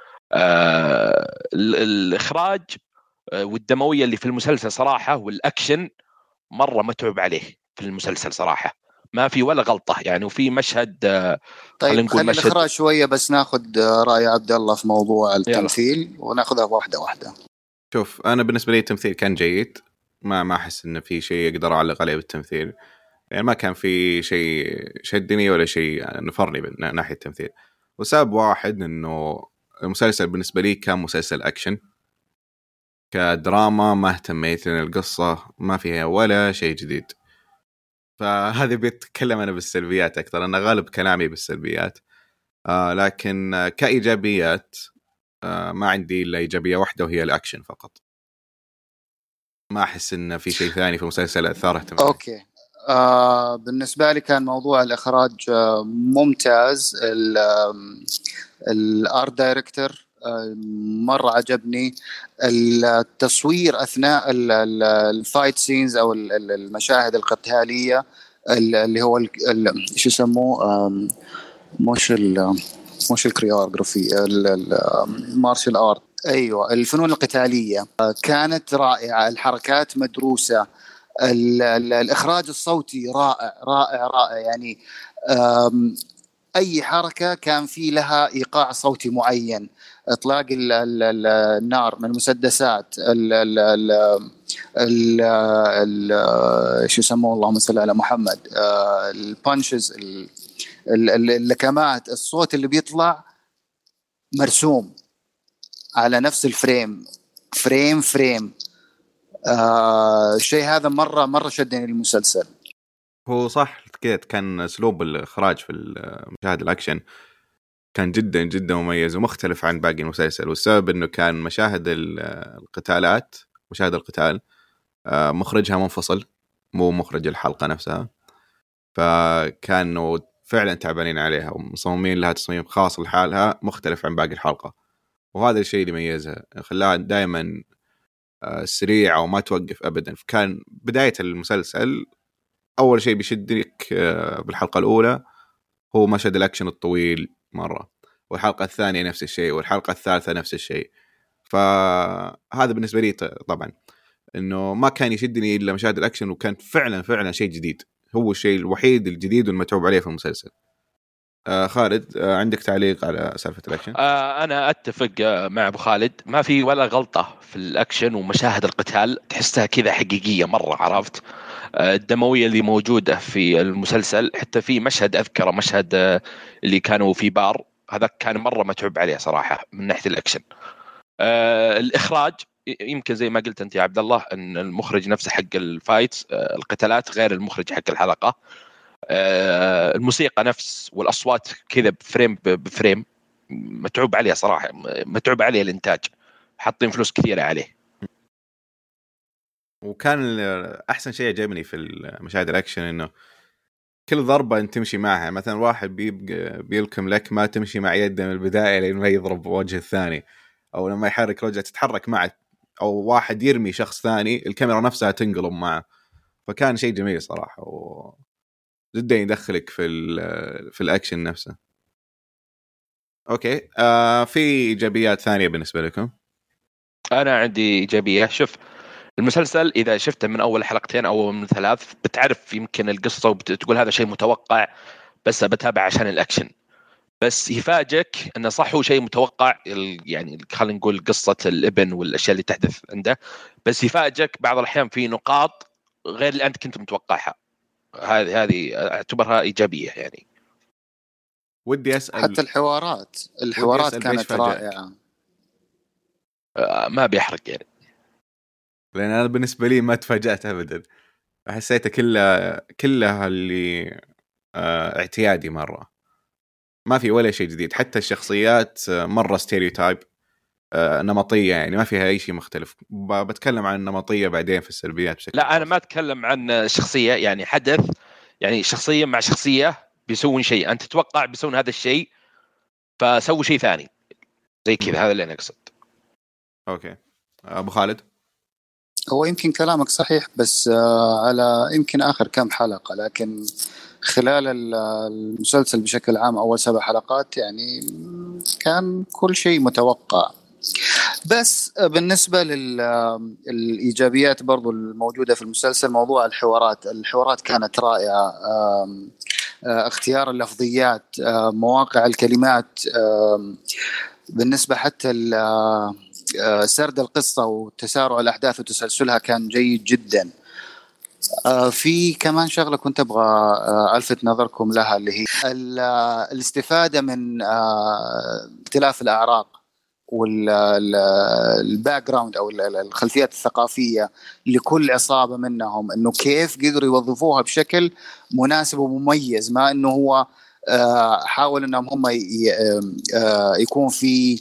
الإخراج والدموية اللي في المسلسل صراحة، والأكشن مرة متعب عليه في المسلسل صراحة، ما في ولا غلطة يعني. وفي مشهد طيب خلي الإخراج شوية بس، ناخذ رأي عبد الله في موضوع التمثيل وناخذها واحدة واحدة. شوف، أنا بالنسبة لي التمثيل كان جيد، ما أحس إن في شيء أقدر أعلق عليه بالتمثيل. يعني ما كان في شيء شدني ولا شيء نفرني من ناحية التمثيل. وسبب واحد إنه المسلسل بالنسبة لي كان مسلسل أكشن. كدراما ما اهتميت، لأن القصة ما فيها ولا شيء جديد. فهذه بيتكلم أنا بالسلبيات أكثر، أنا غالب كلامي بالسلبيات. لكن كإيجابيات ما عندي إلا إيجابية واحدة، وهي الأكشن فقط. ما أحس إن في شيء ثاني في المسلسل أثار اهتمامي. أوكي. بالنسبة لي كان موضوع الإخراج ممتاز. الارت دايركتور مرة عجبني. التصوير أثناء الفايت سينز أو المشاهد القتالية اللي هو شو يسموه، مش الكريوغرافي، المارشال آرت. أيوة، الفنون القتالية كانت رائعة. الحركات مدروسة. الإخراج الصوتي رائع رائع رائع يعني. أي حركة كان في لها إيقاع صوتي معين. إطلاق النار من المسدسات، شو يسموه، اللهم صل على محمد، البانشز، اللكمات، الصوت اللي بيطلع مرسوم على نفس الفريم، فريم. الشيء هذا مرة شدني المسلسل. هو صح كده، كان أسلوب الإخراج في المشاهد الأكشن كان جدا جدا مميز ومختلف عن باقي المسلسل. والسبب إنه كان مشاهد القتالات، مشاهد القتال مخرجها منفصل، مو مخرج الحلقة نفسها. فكانوا فعلا تعبانين عليها ومصممين لها تصميم خاص لحالها مختلف عن باقي الحلقة. وهذا الشيء اللي يميزها، خلاها دائما سريعة وما توقف أبدا. فكان بداية المسلسل أول شيء بيشدك بالحلقة الأولى هو مشهد الأكشن الطويل مرة، والحلقة الثانية نفس الشيء، والحلقة الثالثة نفس الشيء. فهذا بالنسبة لي طبعا إنه ما كان يشدني إلا مشاهد الأكشن، وكان فعلا شيء جديد هو الشيء الوحيد الجديد والمتعوب عليه في المسلسل. خالد، عندك تعليق على سالفة الأكشن؟ أنا أتفق مع أبو خالد، ما في ولا غلطة في الأكشن، ومشاهد القتال تحسها كذا حقيقية مرة، عرفت؟ الدموية اللي موجودة في المسلسل، حتى في مشهد أذكره، مشهد اللي كانوا في بار، هذا كان مرة متعوب عليه صراحة من ناحية الأكشن. الإخراج يمكن زي ما قلت أنت يا عبد الله، أن المخرج نفسه حق الفايت القتالات غير المخرج حق الحلقة. الموسيقى نفس، والأصوات كذا بفريم بفريم متعوب عليه صراحة، متعوب عليه الإنتاج، حاطين فلوس كثيرة عليه. وكان أحسن شيء عجبني في المشاهد الأكشن إنه كل ضربة أنت تمشي معها، مثلا واحد بيلكم لك ما تمشي مع يده من البداية لين ما يضرب وجه الثاني، أو لما يحرك رجله تتحرك معه، أو واحد يرمي شخص ثاني الكاميرا نفسها تنقلب معه. فكان شيء جميل صراحة، جدا يدخلك في الأكشن نفسه. أوكي، في إيجابيات ثانية بالنسبة لكم؟ أنا عندي إيجابية. شوف المسلسل إذا شفته من أول حلقتين أو من 3 بتعرف يمكن القصة وبتقول هذا شيء متوقع، بس بتابع عشان الأكشن. بس يفاجئك أنه صح هو شيء متوقع، يعني خلينا نقول قصة الابن والأشياء اللي تحدث عنده، بس يفاجئك بعض الأحيان في نقاط غير اللي أنت كنت متوقعها. هذه أعتبرها إيجابية يعني. ودي أسأل، حتى الحوارات كانت رائعة. ما بيحرق يعني، لأن أنا بالنسبة لي ما تفاجأت أبدا، حسيته كلها اللي اعتيادي مرة، ما في ولا شيء جديد. حتى الشخصيات مرة ستيريوتايب، نمطية، يعني ما فيها أي شيء مختلف. بتكلم عن النمطية بعدين في السلبيات بشكل لا خاص. أنا ما أتكلم عن شخصية، يعني حدث، يعني شخصية مع شخصية بيسوون شيء أنت تتوقع بيسوون هذا الشيء، فسووا شيء ثاني زي كذا. هذا اللي أنا أقصد. أوكي، أبو خالد. هو يمكن كلامك صحيح، بس على يمكن آخر كم حلقة، لكن خلال المسلسل بشكل عام أول 7 حلقات يعني كان كل شيء متوقع. بس بالنسبة للإيجابيات برضو الموجودة في المسلسل، موضوع الحوارات كانت رائعة. اختيار اللفظيات، مواقع الكلمات، بالنسبة حتى سرد القصة وتسارع الأحداث وتسلسلها كان جيد جدا. في كمان شغلة كنت أبغى ألفت نظركم لها، اللي هي الاستفادة من اختلاف الأعراق والباك جراوند أو الخلفيات الثقافية لكل عصابة منهم، إنه كيف قدروا يوظفوها بشكل مناسب ومميز، ما إنه هو حاول إنهم هم يكون في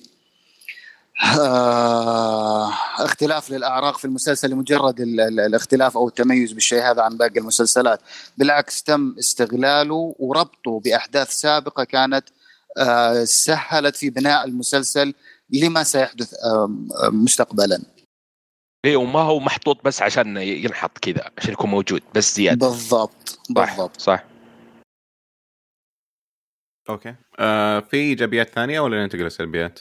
اختلاف للأعراق في المسلسل لمجرد الاختلاف أو التميز بالشيء هذا عن باقي المسلسلات. بالعكس تم استغلاله وربطه بأحداث سابقة كانت سهلت في بناء المسلسل لما سيحدث مستقبلا. ليه وما هو محطوط بس عشان ينحط كذا عشان يكون موجود بس زيادة. بالضبط صح. أوكي، في إيجابيات ثانية ولا ننتقل للسلبيات؟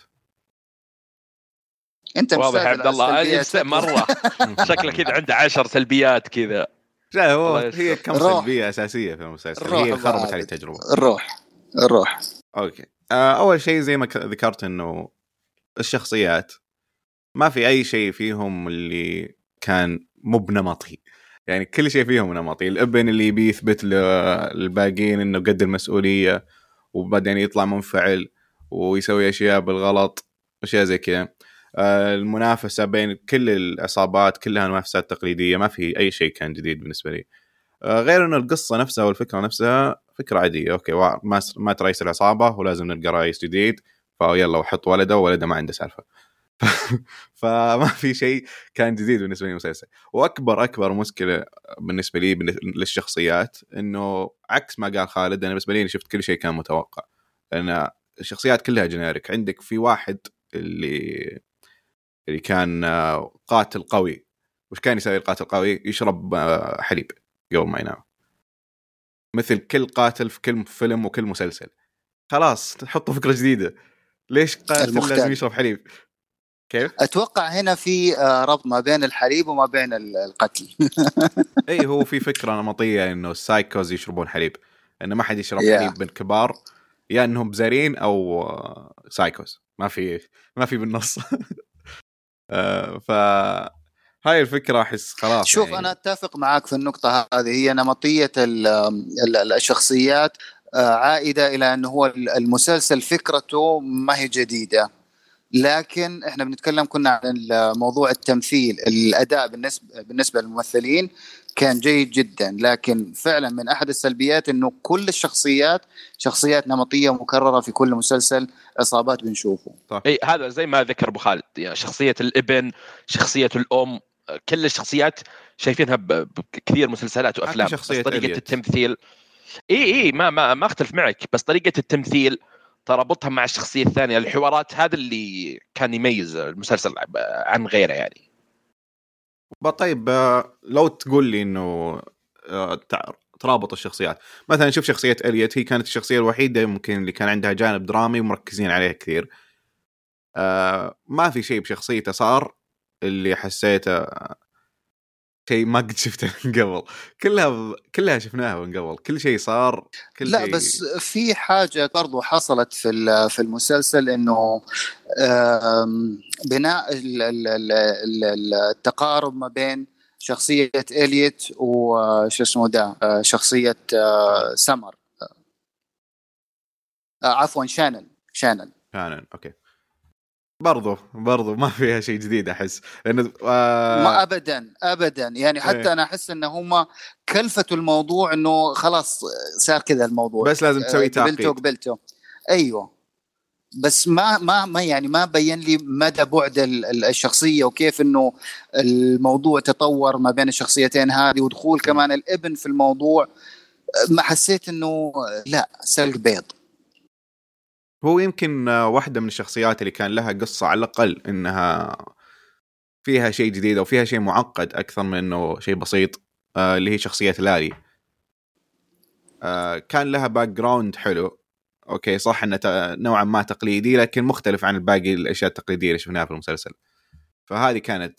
انت واضح عبد الله مرة شكله كذا عنده 10 سلبيات كذا. لا هو هي كم سلبية أساسية في المسلسل هي خربت عليه التجربة. الروح. أوكي، أول شيء زي ما ذكرت إنه الشخصيات ما في أي شيء فيهم اللي كان مو بنمطي، يعني كل شيء فيهم نمطي. الابن اللي بيثبت للباقين إنه قد المسؤولية، وبعدين يطلع منفعل ويسوي أشياء بالغلط، أشياء زي كذا. المنافسة بين كل العصابات كلها منافسات تقليدية، ما في أي شيء كان جديد بالنسبة لي، غير إنه القصة نفسها والفكرة نفسها فكرة عادية. أوكي، ما رئيس العصابة ولازم نلقى رئيس جديد، فيلا وحط ولده ما عنده سالفة. فما في شيء كان جديد بالنسبة لي المسلسل. وأكبر مشكلة بالنسبة لي للشخصيات إنه عكس ما قال خالد، أنا بالنسبة لي شفت كل شيء كان متوقع، لأن الشخصيات كلها جينيريك. عندك في واحد اللي كان قاتل قوي، وش كان يسوي القاتل القوي؟ يشرب حليب قبل ما ينام، مثل كل قاتل في كل فيلم وكل مسلسل. خلاص تحطوا فكرة جديدة، ليش قاتل لازم يشرب حليب؟ كيف؟ اتوقع هنا في ربط ما بين الحليب وما بين القتل. اي هو في فكره نمطيه انه السايكوز يشربون حليب، انه ما حد يشرب يا حليب بالكبار، يا انهم بزارين او سايكوز، ما في بالنص. ف هاي الفكره احس خلاص شوف يعني. انا اتفق معاك في النقطه هذه، هي نمطيه الشخصيات عائده الى انه هو المسلسل فكرته ما هي جديده، لكن احنا بنتكلم كنا عن موضوع التمثيل، الاداء بالنسبه للممثلين كان جيد جدا، لكن فعلا من احد السلبيات انه كل الشخصيات شخصيات نمطيه مكرره في كل مسلسل، عصابات بنشوفه. طيب. اي هذا زي ما ذكر ابو خالد، يعني شخصيه الابن، شخصيه الام، كل الشخصيات شايفينها بكثير مسلسلات حتى وافلام، بس شخصيه طريقه إليوت. التمثيل اي ما اختلف معك، بس طريقه التمثيل تربطها مع الشخصيه الثانيه، الحوارات، هذا اللي كان يميز المسلسل عن غيره يعني. طيب لو تقول لي انه ترابط الشخصيات، مثلا شوف شخصيه إليوت، هي كانت الشخصيه الوحيده ممكن اللي كان عندها جانب درامي ومركزين عليه كثير. ما في شيء بشخصيته صار اللي حسيته شيء ما قد شفته من قبل، كلها شفناها من قبل، كل شيء صار، كل لا شيء. بس في حاجة برضو حصلت في المسلسل، انه بناء التقارب ما بين شخصية إليوت وش اسمه ده شخصية سمر، عفوا شانل. كان اوكي، برضو ما فيها شيء جديد احس، لانه ما ابدا يعني، حتى ايه. انا احس ان هم كلفتوا الموضوع، انه خلاص صار كذا الموضوع، بس لازم تسوي تعقيد. قبلته ايوه، بس ما يعني ما بين لي مدى بعد الشخصيه، وكيف انه الموضوع تطور ما بين الشخصيتين هذه، ودخول كمان الابن في الموضوع. ما حسيت انه لا، سلق بيض. هو يمكن واحدة من الشخصيات اللي كان لها قصة على الأقل إنها فيها شيء جديد أو فيها شيء معقد أكثر من إنه شيء بسيط، اللي هي شخصية لاري. كان لها باك جراوند حلو، أوكي صح إنه نوعا ما تقليدي، لكن مختلف عن الباقي الأشياء التقليدية اللي شفناها في المسلسل. فهذه كانت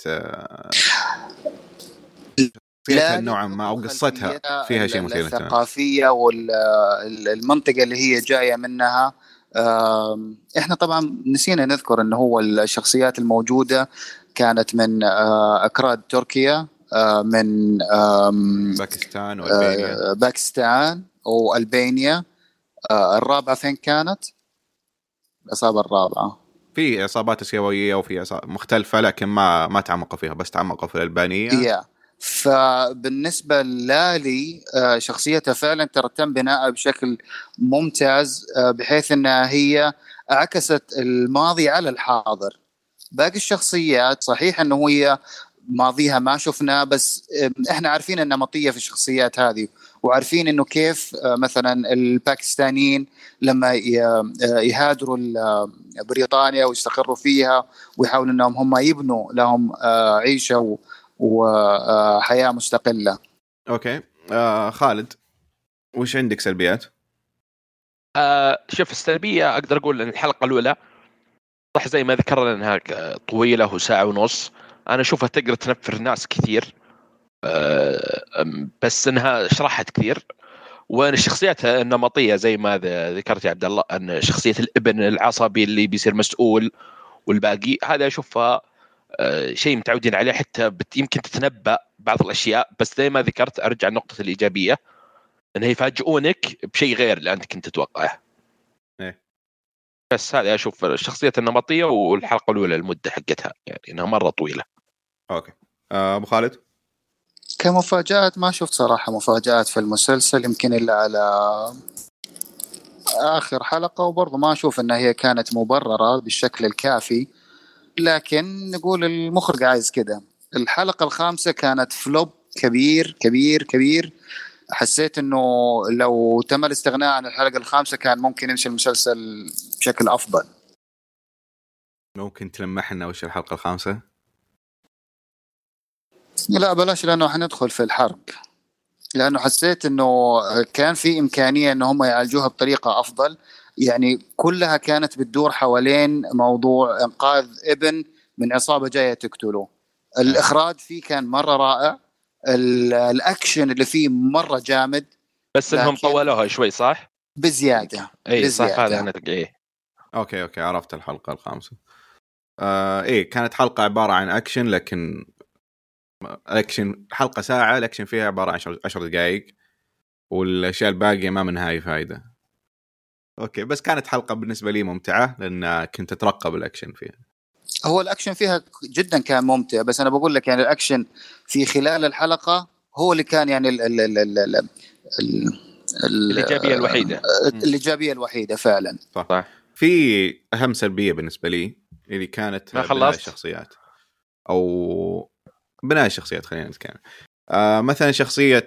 شخصيتها نوعا ما أو قصتها فيها شيء مثير للاهتمام. الثقافية والمنطقة اللي هي جاية منها. احنا طبعا نسينا نذكر انه هو الشخصيات الموجودة كانت من اكراد تركيا، من باكستان والبانيا. باكستان والبانيا. الرابعة فين كانت؟ العصابة الرابعة في عصابات اسيويه وفي مختلفه، لكن ما تعمقوا فيها، بس تعمقوا في الالبانيه. فبالنسبة لالي شخصيتها فعلا ترى تم بناءها بشكل ممتاز، بحيث أنها هي عكست الماضي على الحاضر. باقي الشخصيات صحيح أنه هي ماضيها ما شفناه، بس احنا عارفين النمطية في الشخصيات هذه، وعارفين انه كيف مثلا الباكستانيين لما يهاجروا بريطانيا ويستقروا فيها، ويحاولوا انهم هم يبنوا لهم عيشة وحياة مستقلة. اوكي خالد، وش عندك سلبيات؟ شوف السلبية أقدر أقول أن الحلقة الأولى صح زي ما ذكرنا أنها طويلة وساعة ونص، أنا أشوفها تقدر تنفر ناس كثير، بس أنها شرحت كثير، وأن الشخصيات النمطية زي ما ذكرت يا عبد الله، أن شخصية الابن العصبي اللي بيصير مسؤول والباقي، هذا أشوفها شيء متعودين عليه، حتى يمكن تتنبأ بعض الأشياء، بس زي ما ذكرت أرجع النقطة الإيجابية أنه يفاجئونك بشيء غير اللي أنت كنت تتوقعه. بس هذا أشوف الشخصية النمطية، والحلقة الأولى المدة حقتها يعني إنها مرة طويلة. أوكي أبو خالد، كمفاجآت ما شفت صراحة مفاجآت في المسلسل، يمكن إلا على آخر حلقة، وبرضه ما أشوف أنها هي كانت مبررة بالشكل الكافي، لكن نقول المخرج عايز كده. الحلقة الخامسة كانت فلوب كبير كبير كبير، حسيت انه لو تم الاستغناء عن الحلقة الخامسة كان ممكن يمشي المسلسل بشكل افضل. ممكن تلمحنا وش الحلقة الخامسة؟ لا بلاش، لانه حندخل في الحرق، لانه حسيت انه كان في امكانية ان هم يعالجوها بطريقة افضل، يعني كلها كانت بتدور حوالين موضوع انقاذ ابن من عصابة جاية تقتله. الإخراج فيه كان مرة رائع، الأكشن اللي فيه مرة جامد، بس انهم طولوها شوي صح بزيادة. اي بزيادة. صح هذا انا ايه. اوكي عرفت الحلقه الخامسه. ايه كانت حلقه عباره عن اكشن، لكن اكشن حلقه ساعه، الاكشن فيها عباره عن 10 دقائق، والاشياء الباقيه ما منها اي فائده. اوكي بس كانت حلقه بالنسبه لي ممتعه لان كنت اترقب الاكشن فيها. هو الأكشن فيها جدا كان ممتع، بس أنا بقول لك يعني الأكشن في خلال الحلقة هو اللي كان يعني الايجابيه الوحيده. الإيجابية الوحيدة فعلا. صح. في أهم سلبية بالنسبة لي اللي كانت بناء الشخصيات، أو بناء الشخصيات. خلينا نتكلم مثلا شخصية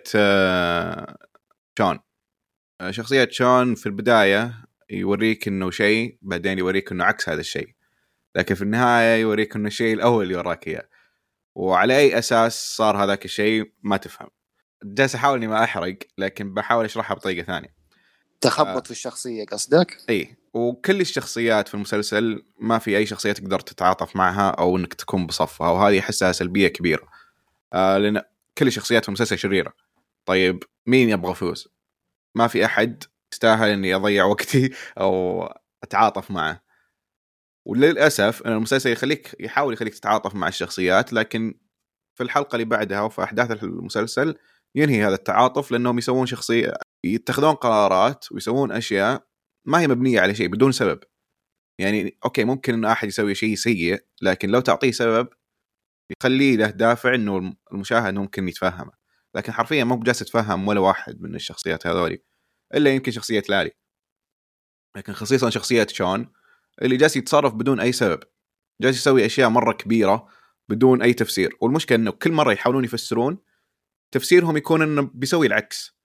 شون. شخصية شون في البداية يوريك إنه شيء، بعدين يوريك إنه عكس هذا الشيء، لكن في النهاية يوريك إنه الشيء الأول اللي وراك إياه، وعلى أي أساس صار هذاك الشيء ما تفهم. جالس أحاول إني ما أحرق، لكن بحاول أشرحها بطريقة ثانية. تخبط في الشخصية قصدك؟ اي، وكل الشخصيات في المسلسل ما في اي شخصيه تقدر تتعاطف معها او انك تكون بصفها، وهذه احسها سلبيه كبيره. لان كل الشخصيات في المسلسل شريره. طيب مين يبغى فوز؟ ما في احد تستاهل اني اضيع وقتي او اتعاطف معه. وللاسف ان المسلسل يحاول يخليك تتعاطف مع الشخصيات، لكن في الحلقه اللي بعدها وفي احداث المسلسل ينهي هذا التعاطف، لانهم يسوون يتخذون قرارات ويسوون اشياء ما هي مبنيه على شيء بدون سبب. يعني اوكي ممكن انه احد يسوي شيء سيء، لكن لو تعطيه سبب يخليه له دافع انه المشاهد ممكن يتفهمه. لكن حرفيا مو بجالس تفهم ولا واحد من الشخصيات هذولي، الا يمكن شخصيه لاري، لكن خصيصا شخصيه شون اللي جالس يتصرف بدون اي سبب، جالس يسوي اشياء مره كبيره بدون اي تفسير. والمشكله انه كل مره يحاولون يفسرون، تفسيرهم يكون انه بيسوي العكس،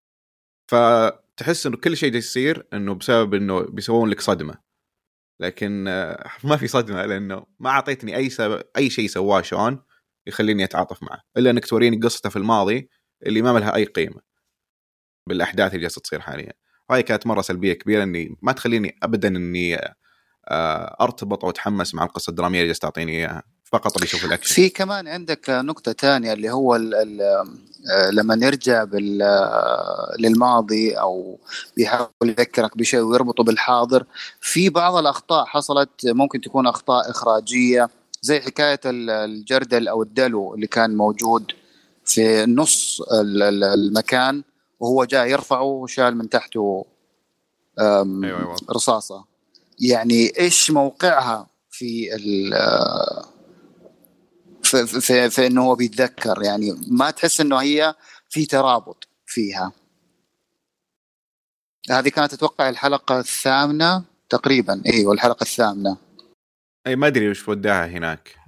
فتحس انه كل شيء جالس يصير انه بسبب انه بيسوون لك صدمه. لكن ما في صدمه، لانه ما اعطيتني اي سبب اي شيء سواه شون يخليني اتعاطف معه، الا انك توريني قصته في الماضي اللي ما لها اي قيمه بالاحداث اللي جالسه تصير حاليا. هاي كانت مره سلبيه كبيره، اني ما تخليني ابدا اني ارتبط او اتحمس مع القصه الدراميه اللي جالسه تعطيني اياها، فقط اللي يشوف الاكشن. في كمان عندك نقطه ثانيه اللي هو لما نرجع للماضي او بيحاول يذكرك بشيء ويربطه بالحاضر، في بعض الاخطاء حصلت ممكن تكون اخطاء اخراجيه، زي حكايه الجردل او الدلو اللي كان موجود في نص المكان وهو جاء يرفعه وشال من تحته أيوة. رصاصه. يعني ايش موقعها في في انه هو بيتذكر؟ يعني ما تحس انه هي في ترابط فيها. هذه كانت اتوقع الحلقه الثامنه تقريبا. ايوه الحلقه الثامنه. اي ما ادري وش وداها هناك.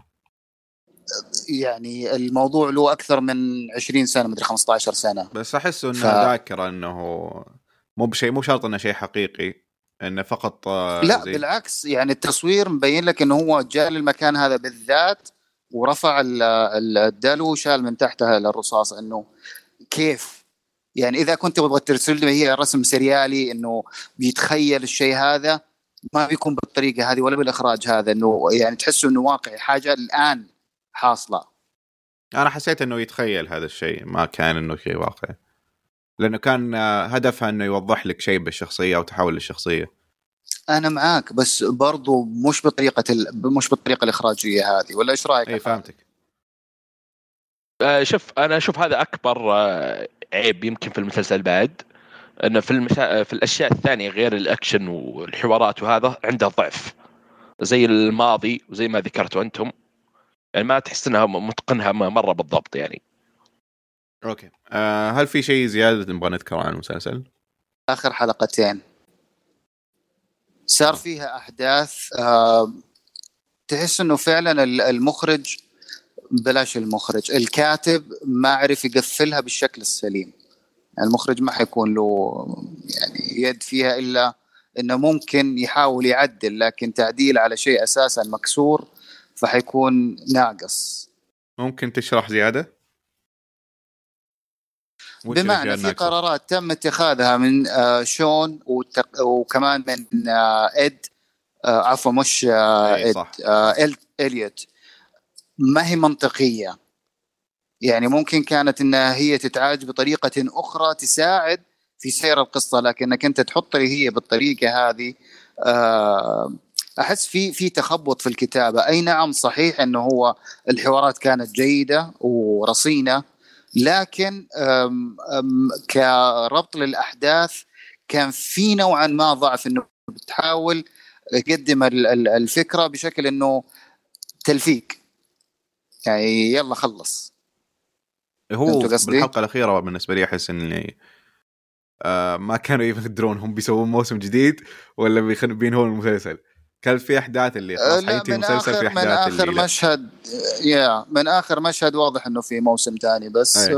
يعني الموضوع له اكثر من 20 سنه، مدري 15 سنه، بس احس انه ذاكره انه مو شرط انه شيء حقيقي، انه فقط لا بالعكس، يعني التصوير مبين لك انه هو جاء للمكان هذا بالذات ورفع الدلو وشال من تحتها الرصاص. انه كيف يعني اذا كنت تبغى ترسل لي هي رسم سريالي انه بيتخيل الشيء هذا، ما بيكون بالطريقه هذه ولا بالاخراج هذا، انه يعني تحسه انه واقعي، حاجه الان حاصله. انا حسيت انه يتخيل هذا الشيء، ما كان انه شيء واقعي، لانه كان هدفها انه يوضح لك شيء بالشخصيه او تحول للشخصيه. انا معاك، بس برضو مش بالطريقه الاخراجيه هذه، ولا ايش رايك؟ اي فهمتك. شوف انا اشوف هذا اكبر عيب يمكن في المسلسل، بعد انه في الاشياء الثانيه غير الاكشن والحوارات وهذا عنده ضعف، زي الماضي وزي ما ذكرتوا انتم، يعني ما تحس انها متقنها مره بالضبط يعني. اوكي هل في شيء زياده نبغى نذكره عن المسلسل؟ اخر حلقتين صار فيها احداث تحس انه فعلا المخرج، بلاش المخرج، الكاتب ما عرف يقفلها بالشكل السليم. يعني المخرج ما حيكون له يعني يد فيها، الا انه ممكن يحاول يعدل، لكن تعديل على شيء اساسا مكسور فحيكون ناقص. ممكن تشرح زياده؟ بمعنى في قرارات تم اتخاذها من شون وكمان من إد، عفوا مش إد، إليوت ما هي منطقية. يعني ممكن كانت إنها هي تتعالج بطريقة أخرى تساعد في سير القصة، لكنك أنت تحط لي هي بالطريقة هذه. أحس في تخبط في الكتابة. أي نعم صحيح إنه هو الحوارات كانت جيدة ورصينة، لكن كربط للأحداث كان في نوعا ما ضعف، إنه بتحاول تقدم الفكرة بشكل إنه تلفيق، يعني يلا خلص. هو بالحلقة الأخيرة بالنسبة لي أحس إن ما كانوا يقدرون هم بيسوون موسم جديد ولا بينهون المسلسل. كان في أحداث اللي خلاص حينتهي المسلسل، في أحداث من آخر اللي مشهد من آخر مشهد واضح إنه في موسم تاني بس.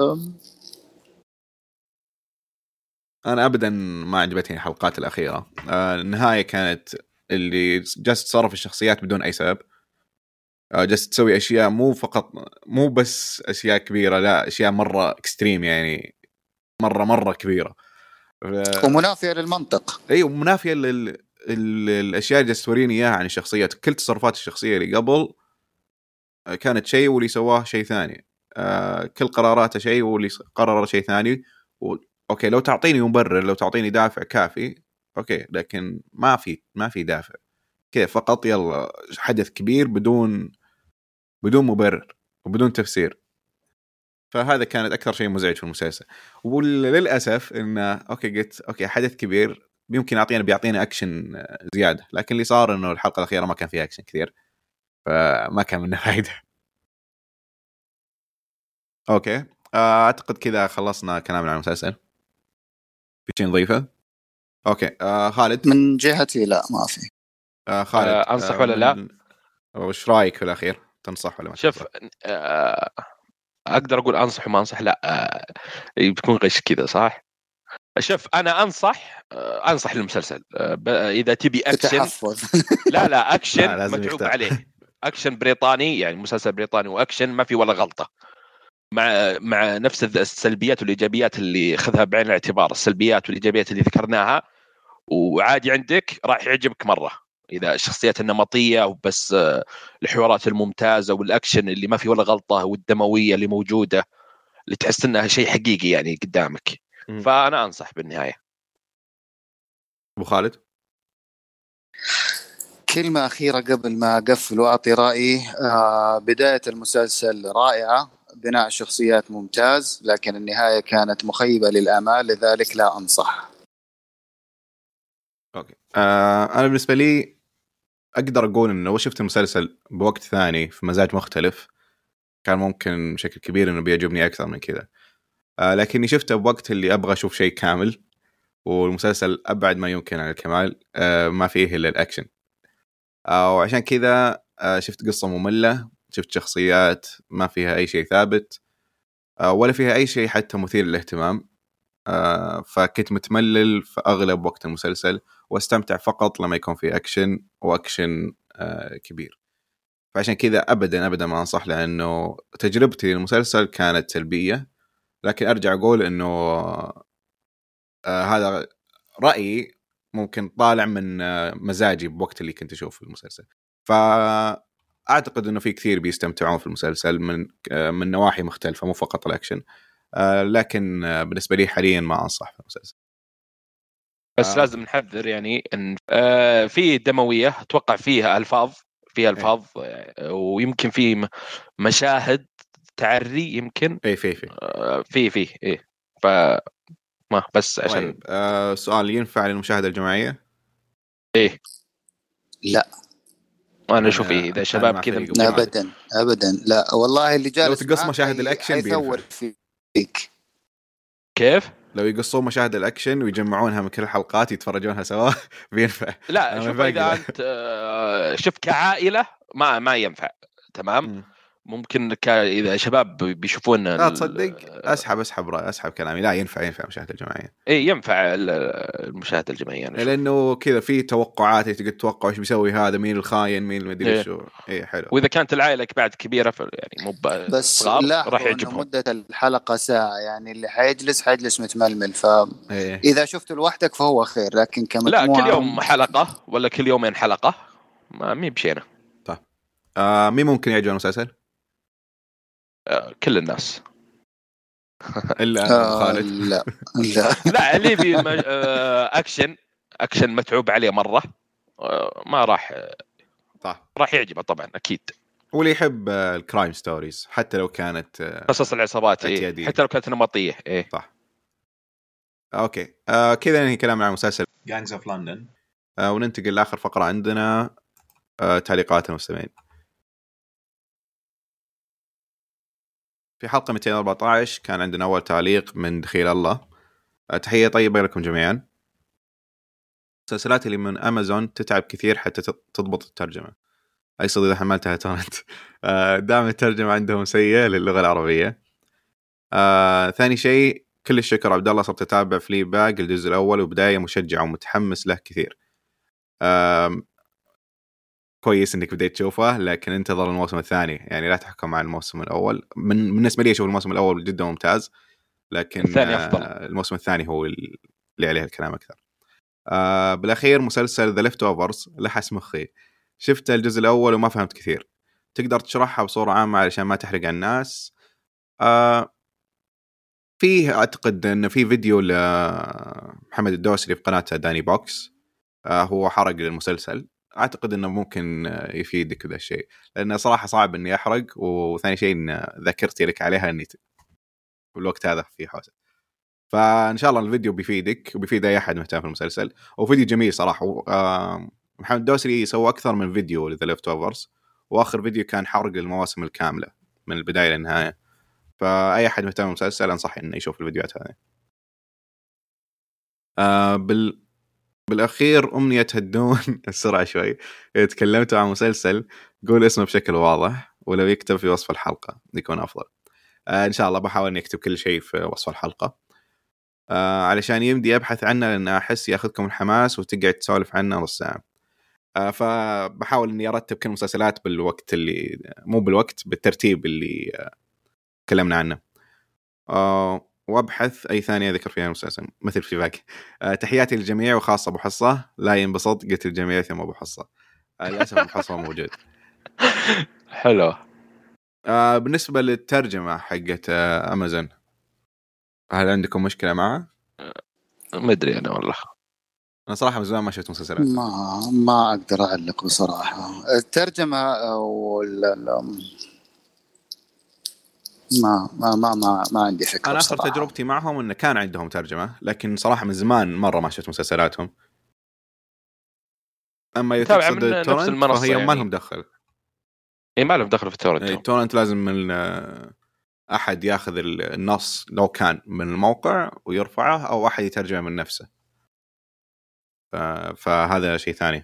أنا أبدا ما عجبتني الحلقات الأخيرة. النهاية كانت اللي جالس تصرف الشخصيات بدون أي سبب، جالس تسوي أشياء مو بس أشياء كبيرة، لا أشياء مرة إكستريم، يعني مرة كبيرة ومنافية للمنطق. أي ومنافية الأشياء اللي توريني إياها عن الشخصيات. كل تصرفات الشخصية اللي قبل كانت شيء واللي سواه شيء ثاني. كل قراراته شيء واللي قرر شيء ثاني. أوكي لو تعطيني مبرر، لو تعطيني دافع كافي أوكي، لكن ما في دافع كيف فقط يلا حدث كبير بدون مبرر وبدون تفسير. فهذا كانت أكثر شيء مزعج في المسلسل. وللأسف إنه قلت حدث كبير يمكن بيعطينا أكشن زيادة، لكن اللي صار إنه الحلقة الأخيرة ما كان فيها أكشن كثير، فما كان منه فايدة. أوكي أعتقد كذا خلصنا كلامنا عن المسلسل. في شيء نضيفه؟ أوكي خالد. من جهتي لا ما في. خالد أنصح ولا لا؟ وش رأيك في الأخير؟ تنصح ولا ما شوف أقدر أقول أنصح وما أنصح، لا بتكون غش كذا صح. شوف أنا أنصح المسلسل إذا تبي أكشن لا أكشن متعوب عليه، أكشن بريطاني، يعني مسلسل بريطاني وأكشن ما في ولا غلطة، مع نفس السلبيات والإيجابيات اللي خذها بعين الاعتبار، السلبيات والإيجابيات اللي ذكرناها، وعادي عندك راح يعجبك مرة إذا الشخصيات النمطية وبس الحوارات الممتازة والأكشن اللي ما في ولا غلطة والدموية اللي موجودة اللي تحس إنها شيء حقيقي يعني قدامك. فأنا أنصح بالنهاية. أبو خالد كلمة أخيرة قبل ما أقفل وأعطي رأيي. بداية المسلسل رائعة، بناء الشخصيات ممتاز، لكن النهاية كانت مخيبة للآمال، لذلك لا أنصح. أوكي أنا بالنسبة لي أقدر أقول إنه شفت المسلسل بوقت ثاني في مزاج مختلف، كان ممكن بشكل كبير إنه بيعجبني أكثر من كذا، لكني شفته بوقت اللي أبغى أشوف شيء كامل، والمسلسل أبعد ما يمكن عن الكمال، ما فيه إلا الأكشن، وعشان كذا شفت قصة مملة، شفت شخصيات ما فيها أي شيء ثابت، ولا فيها أي شيء حتى مثير للاهتمام، فكنت متملل في أغلب وقت المسلسل، واستمتع فقط لما يكون في أكشن وأكشن كبير. فعشان كذا أبدا ما أنصح، لأنه تجربتي للمسلسل كانت سلبية. لكن أرجع أقول إنه هذا رأيي ممكن طالع من مزاجي بوقت اللي كنت أشوف المسلسل. فأعتقد إنه في كثير بيستمتعون في المسلسل من نواحي مختلفة، مو فقط الأكشن، لكن بالنسبة لي حاليا ما أنصح في المسلسل. بس لازم نحذر يعني إن في دموية، أتوقع فيها ألفاظ ويمكن في مشاهد تعري، يمكن في إيه ما بس عشان طيب. سؤال، ينفع للمشاهدة الجماعية؟ إيه لا أنا أشوف إيه إذا شباب كذا أبدا لا والله. اللي جالس لو تقص مشاهد الأكشن بيثور فيك. كيف؟ لو يقصون مشاهد الأكشن ويجمعونها من كل الحلقات يتفرجونها سوا بينفع. لا شوف إذا أنت شوف كعائلة ما ينفع تمام. ممكن إذا شباب بيشوفون لا تصدق أسحب كلامي، لا ينفع مشاهدة الجماعية. إيه ينفع المشاهدة الجماعية لأنه كذا في توقعات، تقدر تتوقع إيش بيسوي هذا، مين الخاين، مين المدري شو. إيه حلو. وإذا كانت العائلة بعد كبيرة يعني مو بس راح يعجبهم. مدة الحلقة ساعة، يعني اللي حيجلس متململ، فإذا شفته لوحدك فهو خير، لكن كمجموعة لا كل يوم حلقة ولا كل يومين حلقة ما بشينا. طيب مين ممكن يعجبه المسلسل؟ كل الناس. الا خالد. لا لا لا اللي بي اكشن متعوب عليه مره، ما راح يعجبه طبعا اكيد. واللي يحب الكرايم ستوريز حتى لو كانت قصص العصابات اعتيادية. حتى لو كانت نمطيه صح. اوكي كذا ننهي كلامنا عن مسلسل Gangs of London. وننتقل لاخر فقره عندنا، تعليقات المستمعين. في حلقه 214 كان عندنا اول تعليق من دخيل الله. تحيه طيبه لكم جميعا. المسلسلات اللي من امازون تتعب كثير حتى تضبط الترجمه، ايضا اذا حملتها تورنت. دام الترجمه عندهم سيئه للغه العربيه. ثاني شيء، كل الشكر عبد الله، صرت اتابع فلي باج الجزء الاول وبدايه مشجع ومتحمس له كثير. كويس انك بديت تشوفه، لكن انتظر الموسم الثاني، يعني لا تحكم على الموسم الاول. بالنسبه لي اشوف الموسم الاول جدا ممتاز، لكن الثاني افضل. الموسم الثاني هو اللي عليه الكلام اكثر. بالاخير مسلسل ذا ليفت اوفرز لحس مخي، شفت الجزء الاول وما فهمت كثير. تقدر تشرحها بصوره عامه علشان ما تحرق على الناس؟ فيه اعتقد ان في فيديو لمحمد الدوسري في قناته داني بوكس، هو حرق للمسلسل. اعتقد انه ممكن يفيدك بهذا الشيء، لانه صراحه صعب اني احرق، وثاني شيء ان ذاكرتي لك عليها اني في الوقت هذا في حوسه. فان شاء الله الفيديو بيفيدك وبيفيد اي احد مهتم في المسلسل، وفيديو جميل صراحه. محمد الدوسري سوى اكثر من فيديو لذا ليفت اوفرز، واخر فيديو كان حرق المواسم الكامله من البدايه للنهايه. فاي احد مهتم بالمسلسل انصح انه يشوف الفيديوهات هذه. بالاخير امنيه هدون السرعه شوي. تكلمتوا عن مسلسل، قول اسمه بشكل واضح، ولو يكتب في وصف الحلقه يكون افضل. ان شاء الله بحاول اني اكتب كل شيء في وصف الحلقه، علشان يمدي ابحث عنه، لان احس ياخذكم الحماس وتقعد تسولف عنه نص ساعه. فبحاول اني ارتب كل المسلسلات بالوقت اللي مو بالوقت بالترتيب اللي تكلمنا عنه، وابحث اي ثانيه ذكر فيها المسلسل مثل في باقي. تحياتي للجميع، وخاصه ابو حصه، لا ينبسط قلت الجميع ثم ابو حصه. للاسف ابو حصه موجود. حلو. بالنسبه للترجمه حقت امازون، هل عندكم مشكله معها؟ ما ادري انا والله، انا صراحه من زمان ما شفت مسلسلات. ما اقدر اعلق بصراحه. الترجمه ما عندي فكره. انا اخر تجربتي معهم انه كان عندهم ترجمه، لكن صراحه من زمان مره ما شفت مسلسلاتهم. اما يتقصد التورنت فهي يعني ما لهم دخل. ما لهم دخل في التورنت. التورنت لازم من احد ياخذ النص لو كان من الموقع ويرفعه، او احد يترجمه من نفسه. فهذا شيء ثاني.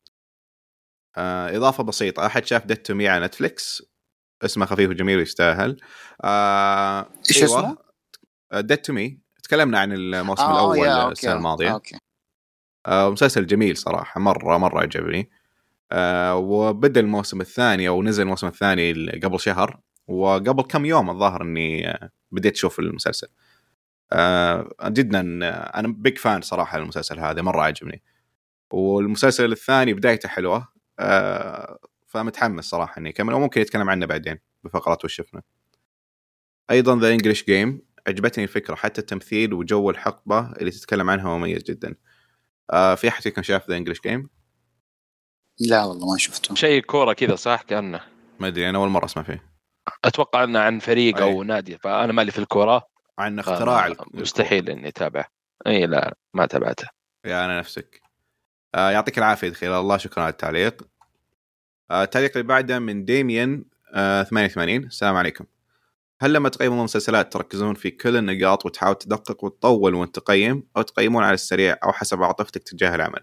اضافه بسيطه، احد شاف ديت تو مي على نتفليكس؟ اسمه خفيف وجميل ويستاهل. ايش اسمه؟ ديت تو مي. تكلمنا عن الموسم الاول السنه الماضيه. مسلسل جميل صراحه، مره عجبني. وبدأ الموسم الثاني او نزل الموسم الثاني قبل شهر، وقبل كم يوم الظاهر اني بديت اشوف المسلسل. جدا انا بيج فان صراحه المسلسل هذا، مره عجبني. والمسلسل الثاني بدايته حلوه، فمتحمس صراحه اني كمان، وممكن يتكلم عنه بعدين بفقرات وشفنا. ايضا ذا انجليش جيم، عجبتني الفكره، حتى التمثيل وجو الحقبه اللي تتكلم عنها مميز جدا. في احد فيكم شاف ذا انجليش جيم؟ لا والله ما شفته. شيء كوره كذا صح كأنه، ما ادري، انا اول مره اسمع فيه. اتوقع انه عن فريق او نادي، فانا مالي في الكوره، عن اختراع مستحيل اني اتابع. اي لا ما تابعته. يا انا نفسك. يعطيك العافيه دخيل الله، شكرا على التعليق. التعليق اللي بعده من ديميان 88. السلام عليكم. هل لما تقيمون مسلسلات تركزون في كل النقاط وتحاول تدقق وتطول وانت تقيم، او تقيمون على السريع او حسب عاطفتك تجاه العمل؟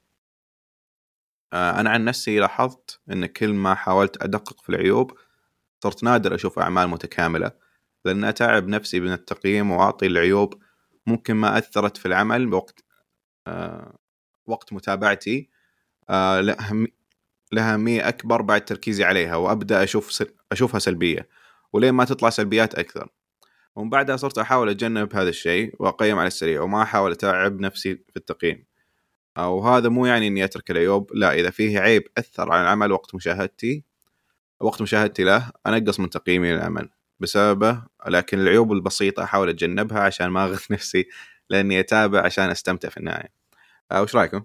انا عن نفسي لاحظت ان كل ما حاولت ادقق في العيوب صرت نادر اشوف اعمال متكامله، لان اتعب نفسي من التقييم واعطي العيوب ممكن ما اثرت في العمل بوقت وقت متابعتي لها أهمية أكبر بعد تركيزي عليها، وأبدأ أشوفها سلبية، ولين ما تطلع سلبيات أكثر. ومن بعدها صرت أحاول أتجنب هذا الشيء وأقيم على السريع، وما أحاول أتعب نفسي في التقييم. وهذا مو يعني إني أترك العيوب، لا، إذا فيه عيب أثر على العمل وقت مشاهدتي وقت مشاهدتي له أنقص من تقييمي للعمل بسببه، لكن العيوب البسيطة أحاول أتجنبها عشان ما أغث نفسي، لأني أتابع عشان أستمتع في النهاية. وش رأيكم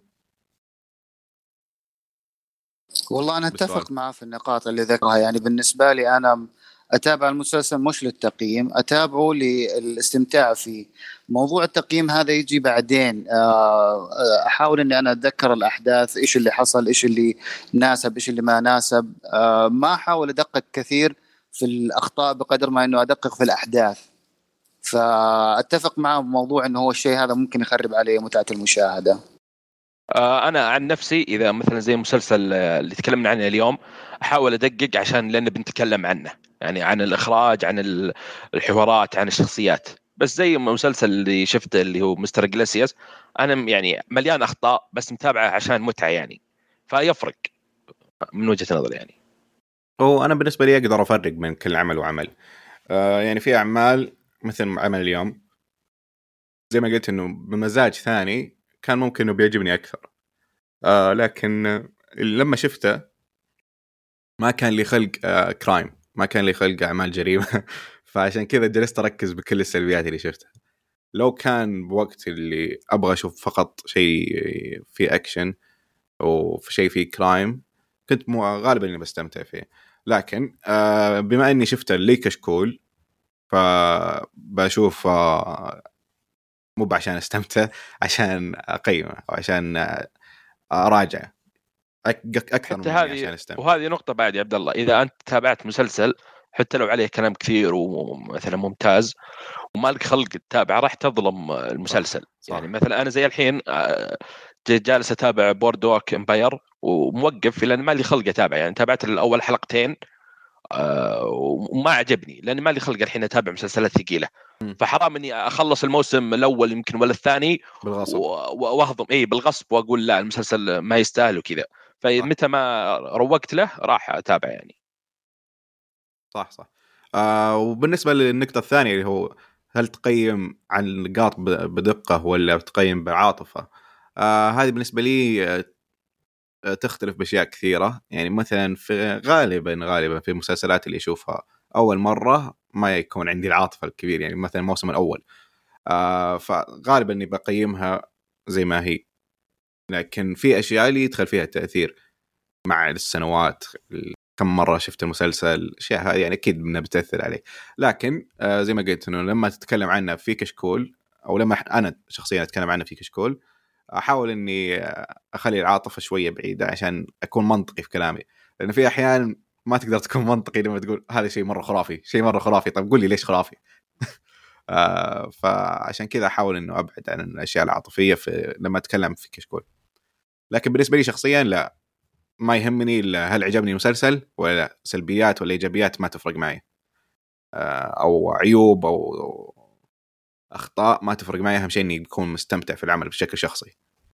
والله أنا بالسؤال؟ أتفق معه في النقاط اللي ذكرها. يعني بالنسبة لي أنا أتابع المسلسل مش للتقييم، أتابعه للاستمتاع فيه. موضوع التقييم هذا يجي بعدين. أحاول أني أنا أتذكر الأحداث، إيش اللي حصل، إيش اللي ناسب، إيش اللي ما ناسب. ما أحاول أدقق كثير في الأخطاء بقدر ما أنه أدقق في الأحداث. فأتفق معه بموضوع أنه هو الشيء هذا ممكن يخرب عليه متعة المشاهدة. انا عن نفسي اذا مثلا زي المسلسل اللي تكلمنا عنه اليوم احاول ادقق عشان لان بنتكلم عنه، يعني عن الاخراج، عن الحوارات، عن الشخصيات. بس زي المسلسل اللي شفته اللي هو مستر جلاسياس، انا يعني مليان اخطاء بس متابعه عشان متعه يعني، فيفرق من وجهة نظري يعني. وأنا بالنسبة لي أقدر أفرق بين كل عمل وعمل. يعني في أعمال مثل عمل اليوم زي ما قلت إنه بمزاج ثاني كان ممكن إنه بيعجبني أكثر، لكن لما شفته ما كان لي خلق كرايم، ما كان لي خلق أعمال جريمة فعشان كذا جلست أركز بكل السلبيات اللي شفتها. لو كان بوقت اللي أبغى أشوف فقط شيء فيه أكشن وفي شيء فيه كرايم كنت غالبا إني بستمتع فيه. لكن بما إني شفت اللي كشكول فبشوف مو عشان استمتع، عشان أقيمه أو عشان أراجع أكثر حتى من إني هذه عشان استمتع. وهذه نقطة بعد يا عبد الله، إذا أنت تابعت مسلسل حتى لو عليه كلام كثير ومثلا ممتاز وما لك خلق تتابعه راح تظلم المسلسل. صح. يعني مثلا أنا زي الحين جالس أتابع بوردوك إمباير وموقف لأن ما لي خلق أتابع، يعني تابعت الأول حلقتين وما عجبني لأن ما لي خلق الحين أتابع مسلسلات ثقيلة. فحرام اني اخلص الموسم الاول يمكن ولا الثاني بالغصب واهضم بالغصب واقول لا المسلسل ما يستاهل وكذا. فمتى ما روقت له راح اتابع يعني. صح. وبالنسبة للنقطة الثانية اللي هو هل تقيم عن النقاط بدقة ولا تقيم بعاطفة؟ هذه بالنسبة لي تختلف بأشياء كثيرة. يعني مثلا في غالبا في المسلسلات اللي أشوفها أول مرة ما يكون عندي العاطفة الكبيرة، يعني مثلا الموسم الأول فغالبا إني بقيمها زي ما هي. لكن في أشياء اللي يدخل فيها التأثير مع السنوات، كم مرة شفت المسلسل، الأشياء هذه يعني أكيد إنها بتأثر عليه. لكن زي ما قلت إنه لما تتكلم عنه في كشكول أو لما أنا شخصيا أتكلم عنه في كشكول أحاول إني أخلي العاطفة شوية بعيدة عشان أكون منطقي في كلامي، لأن في أحيان ما تقدر تكون منطقي لما تقول هذا شيء مرة خرافي، شيء مرة خرافي، طب قول لي ليش خرافي. فعشان كذا أحاول إنه أبعد عن الأشياء العاطفية لما أتكلم في كشكول. لكن بالنسبة لي شخصيا لا، ما يهمني هل عجبني المسلسل ولا سلبيات ولا إيجابيات، ما تفرق معي. أو عيوب أو أخطاء ما تفرق معي، أهم شيء إني أكون مستمتع في العمل بشكل شخصي.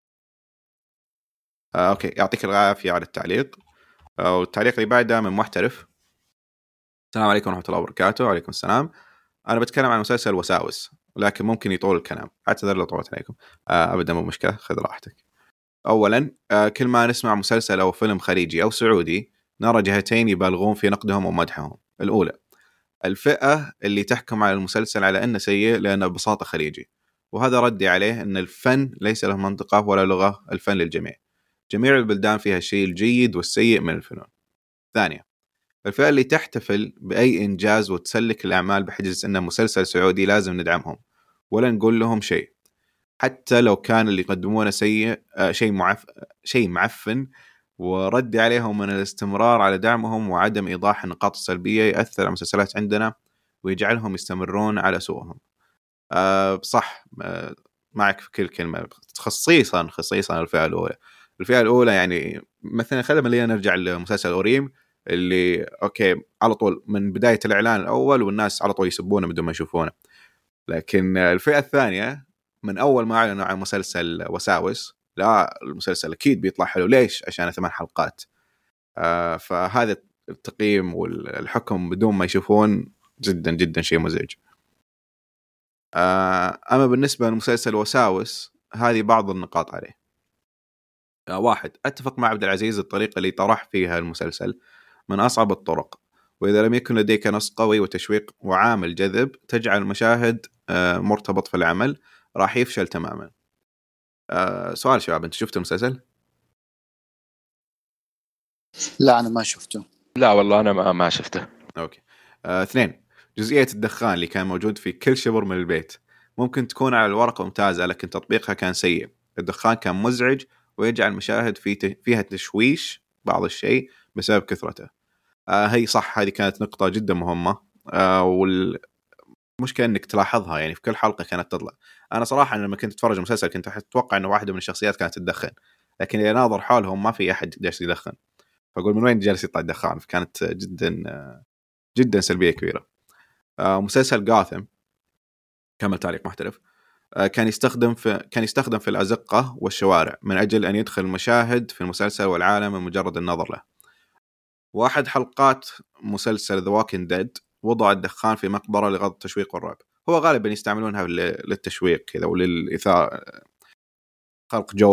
أوكي، يعطيك العافية على التعليق. والتعليق اللي بعده من محترف: السلام عليكم ورحمة الله وبركاته. وعليكم السلام. أنا بتكلم عن مسلسل وساوس ولكن ممكن يطول الكلام، اعتذر لو طولت عليكم. أبدا مو مشكلة، خذ راحتك. أولا كل ما نسمع مسلسل أو فيلم خليجي أو سعودي نرى جهتين يبالغون في نقدهم ومدحهم. الأولى الفئة اللي تحكم على المسلسل على أنه سيء لأنه ببساطة خليجي، وهذا ردي عليه أن الفن ليس له منطقة ولا لغة، الفن للجميع، جميع البلدان فيها الشيء الجيد والسيء من الفنون. ثانيا الفئة اللي تحتفل بأي إنجاز وتسلك الأعمال بحجز أنه مسلسل سعودي لازم ندعمهم ولا نقول لهم شيء، حتى لو كان اللي يقدمونه سيء، شيء معفن. وردي عليهم من الاستمرار على دعمهم وعدم إيضاح النقاط السلبية يأثر على المسلسلات عندنا ويجعلهم يستمرون على سوءهم. صح، معك في كل كلمة، خصيصا الفئة الأولى يعني مثلا خلينا نرجع لمسلسل أوريم اللي أوكي على طول من بداية الإعلان الأول والناس على طول يسبونه بدون ما يشوفونه. لكن الفئة الثانية من أول ما أعلنوا عن مسلسل وساوس، لا المسلسل أكيد بيطلع حلو، ليش؟ عشان 8 حلقات. فهذا التقييم والحكم بدون ما يشوفون جدا جدا شيء مزعج. أما بالنسبة لمسلسل وساوس هذه بعض النقاط عليه. واحد، أتفق مع عبد العزيز الطريقة اللي طرح فيها المسلسل من أصعب الطرق، وإذا لم يكن لديك نص قوي وتشويق وعامل جذب تجعل المشاهد مرتبط في العمل، راح يفشل تماما. سؤال شباب، أنت شفت المسلسل؟ لا أنا ما شفته. لا والله أنا ما شفته. أوكي. 2. جزئية الدخان اللي كان موجود في كل شبر من البيت ممكن تكون على الورق ممتازة، لكن تطبيقها كان سيء. الدخان كان مزعج ويجعل المشاهد فيها تشويش بعض الشيء بسبب كثرته. هي صح، هذه كانت نقطة جدا مهمة. والمشكلة انك تلاحظها يعني في كل حلقة كانت تطلع. انا صراحة لما كنت اتفرج المسلسل كنت اتوقع انه واحدة من الشخصيات كانت تدخن، لكن اللي ناظر حولهم ما في احد جالس يدخن، فاقول من وين جالس يطلع الدخان؟ فكانت جدا سلبية كبيرة. مسلسل غاثم كمل تعليق محترف. كان يستخدم في الأزقة والشوارع من أجل أن يدخل المشاهد في المسلسل والعالم من مجرد النظر له. واحد حلقات مسلسل The Walking Dead وضع الدخان في مقبرة لغض التشويق والرعب. هو غالبا يستعملونها للتشويق كذا وللإثارة، خلق جو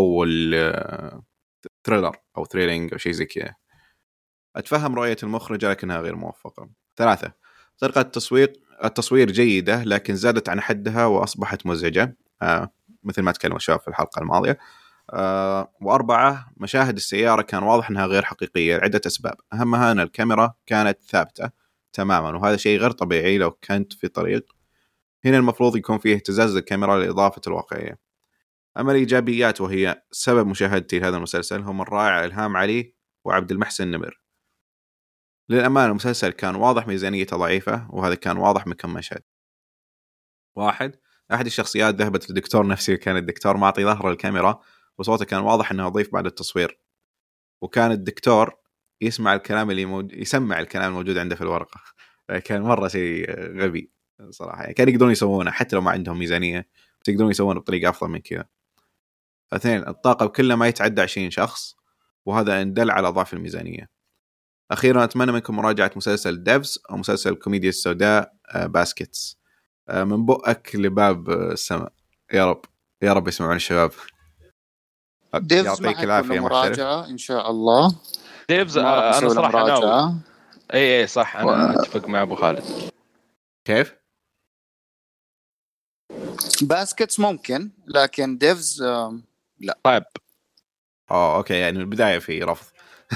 والثريلر أو ثريلينج أو شيء زي كذا. أتفهم رؤية المخرج لكنها غير موفقة. 3. طريقة التصوير جيدة لكن زادت عن حدها وأصبحت مزعجة، مثل ما تكلم الشباب في الحلقة الماضية. 4. مشاهد السيارة كان واضح أنها غير حقيقية لعدة أسباب، أهمها أن الكاميرا كانت ثابتة تماما، وهذا شيء غير طبيعي لو كنت في طريق. هنا المفروض يكون فيه اهتزاز الكاميرا لإضافة الواقعية. أما الإيجابيات وهي سبب مشاهدتي لهذا المسلسل هم الرائع إلهام علي وعبد المحسن نمر. للأمانة المسلسل كان واضح ميزانيته ضعيفة، وهذا كان واضح من كم مشهد. 1. أحد الشخصيات ذهبت لدكتور نفسي، وكان الدكتور معطي ظهره للكاميرا وصوته كان واضح أنه ضيف بعد التصوير، وكان الدكتور يسمع الكلام يسمع الكلام الموجود عنده في الورقة. كان مرة شيء غبي صراحة، يعني كان يقدرون يسوونه حتى لو ما عندهم ميزانية، تقدرون يسوونه بطريقة أفضل من كذا. 2. الطاقم كله ما يتعدى 20 شخص، وهذا إن دل على ضعف الميزانية. أخيرا أتمنى منكم مراجعة مسلسل ديفز أو مسلسل كوميديا السوداء باسكتس. من بؤك لباب السماء. يا رب يا رب يسمعون الشباب. يعطيك العافية. مراجعة إن شاء الله. ديفز أنا صراحة ناوي. أي صح، أنا أتفق مع أبو خالد. كيف؟ باسكتس ممكن، لكن ديفز لا. طيب أوكي، يعني البداية في رفض.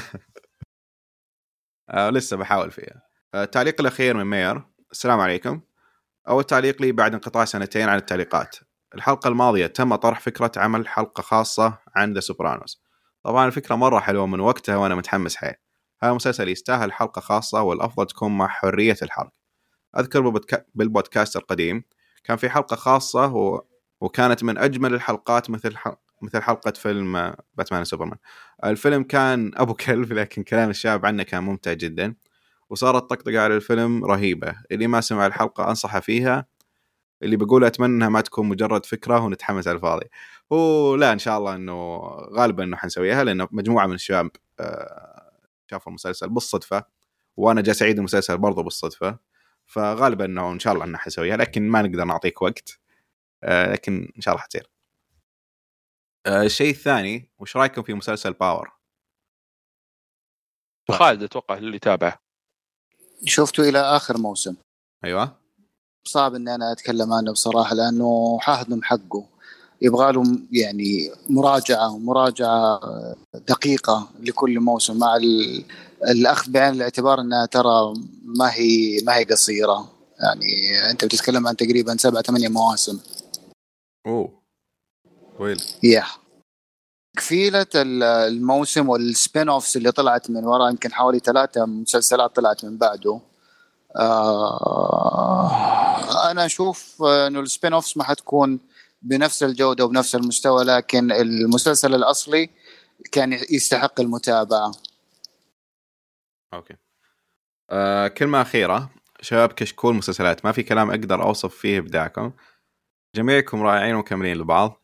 لسه بحاول فيها. التعليق الأخير من مير: السلام عليكم. أول تعليق لي بعد انقطاع 2 عن التعليقات. الحلقة الماضية تم طرح فكرة عمل حلقة خاصة عن ذا سوبرانوس. طبعا الفكرة مرة حلوة من وقتها وأنا متحمس حيل. هذا المسلسل يستاهل حلقة خاصة، والأفضل تكون مع حرية الحرق. أذكر بالبودكاست القديم كان في حلقة خاصة وكانت من أجمل الحلقات، مثل حلقة فيلم باتمان سوبرمان. الفيلم كان أبو كلب، لكن كلام الشباب عنه كان ممتع جدا، وصارت طقطقة على الفيلم رهيبة. اللي ما سمع الحلقة أنصحه فيها. اللي بقوله أتمنى أنها ما تكون مجرد فكرة ونتحمس على الفاضي. لا إن شاء الله أنه غالبا أنه حنسويها، لأنه مجموعة من الشباب شافوا المسلسل بالصدفة، وأنا جالس أعيد المسلسل برضو بالصدفة، فغالبا أنه إن شاء الله أنه حنسويها، لكن ما نقدر نعطيك وقت، لكن إن شاء الله حتصير. الشيء الثاني، وش رأيكم في مسلسل باور؟ خالد أتوقع اللي تابعه. شفته إلى آخر موسم. أيوة. صعب إن أنا أتكلم عنه بصراحة، لأنه حاهضم حقه، يبغى له يعني مراجعة دقيقة لكل موسم، مع الأخذ بعين الاعتبار أنها ترى ما هي قصيرة. يعني أنت بتتكلم عن تقريبا 7-8 مواسم. طويل. كفيلة الموسم والسبين أوفس اللي طلعت من وراء، يمكن حوالي 3 مسلسلات طلعت من بعده. أنا أشوف إنه السبين أوفس ما حتكون بنفس الجودة وبنفس المستوى، لكن المسلسل الأصلي كان يستحق المتابعة. أوكي. كلمة أخيرة شباب، كشكول مسلسلات ما في كلام أقدر أوصف فيه إبداعكم. جميعكم رائعين ومكملين لبعض،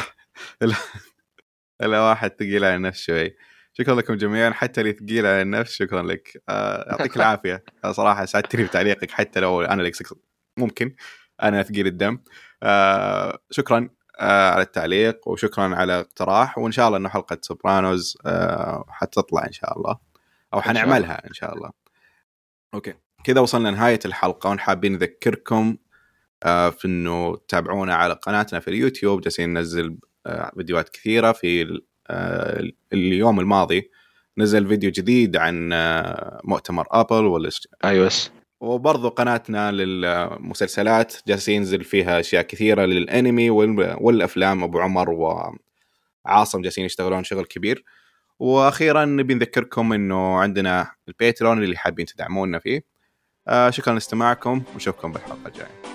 إلا واحد ثقيل على النفس شوي. شكرا لكم جميعا، حتى اللي ثقيل على النفس شكرا لك. يعطيك العافية صراحة، سعدتني بتعليقك حتى لو أنا لك ممكن أنا ثقيل الدم. شكرا على التعليق، وشكرا على اقتراح، وإن شاء الله إنه حلقة سوبرانوز حتطلع إن شاء الله، او حنعملها ان شاء الله. اوكي كذا وصلنا نهايه الحلقه، ونحابين نذكركم في انه تتابعونا على قناتنا في اليوتيوب. جالسين ننزل فيديوهات كثيره. في اليوم الماضي نزل فيديو جديد عن مؤتمر ابل iOS، وبرضو قناتنا للمسلسلات جالسين ينزل فيها اشياء كثيره للانمي والافلام. ابو عمر وعاصم جالسين يشتغلون شغل كبير. واخيرا نبي نذكركم انه عندنا الباتريون اللي حابين تدعمونا فيه. شكرا لاستماعكم ونشوفكم بالحلقه الجايه.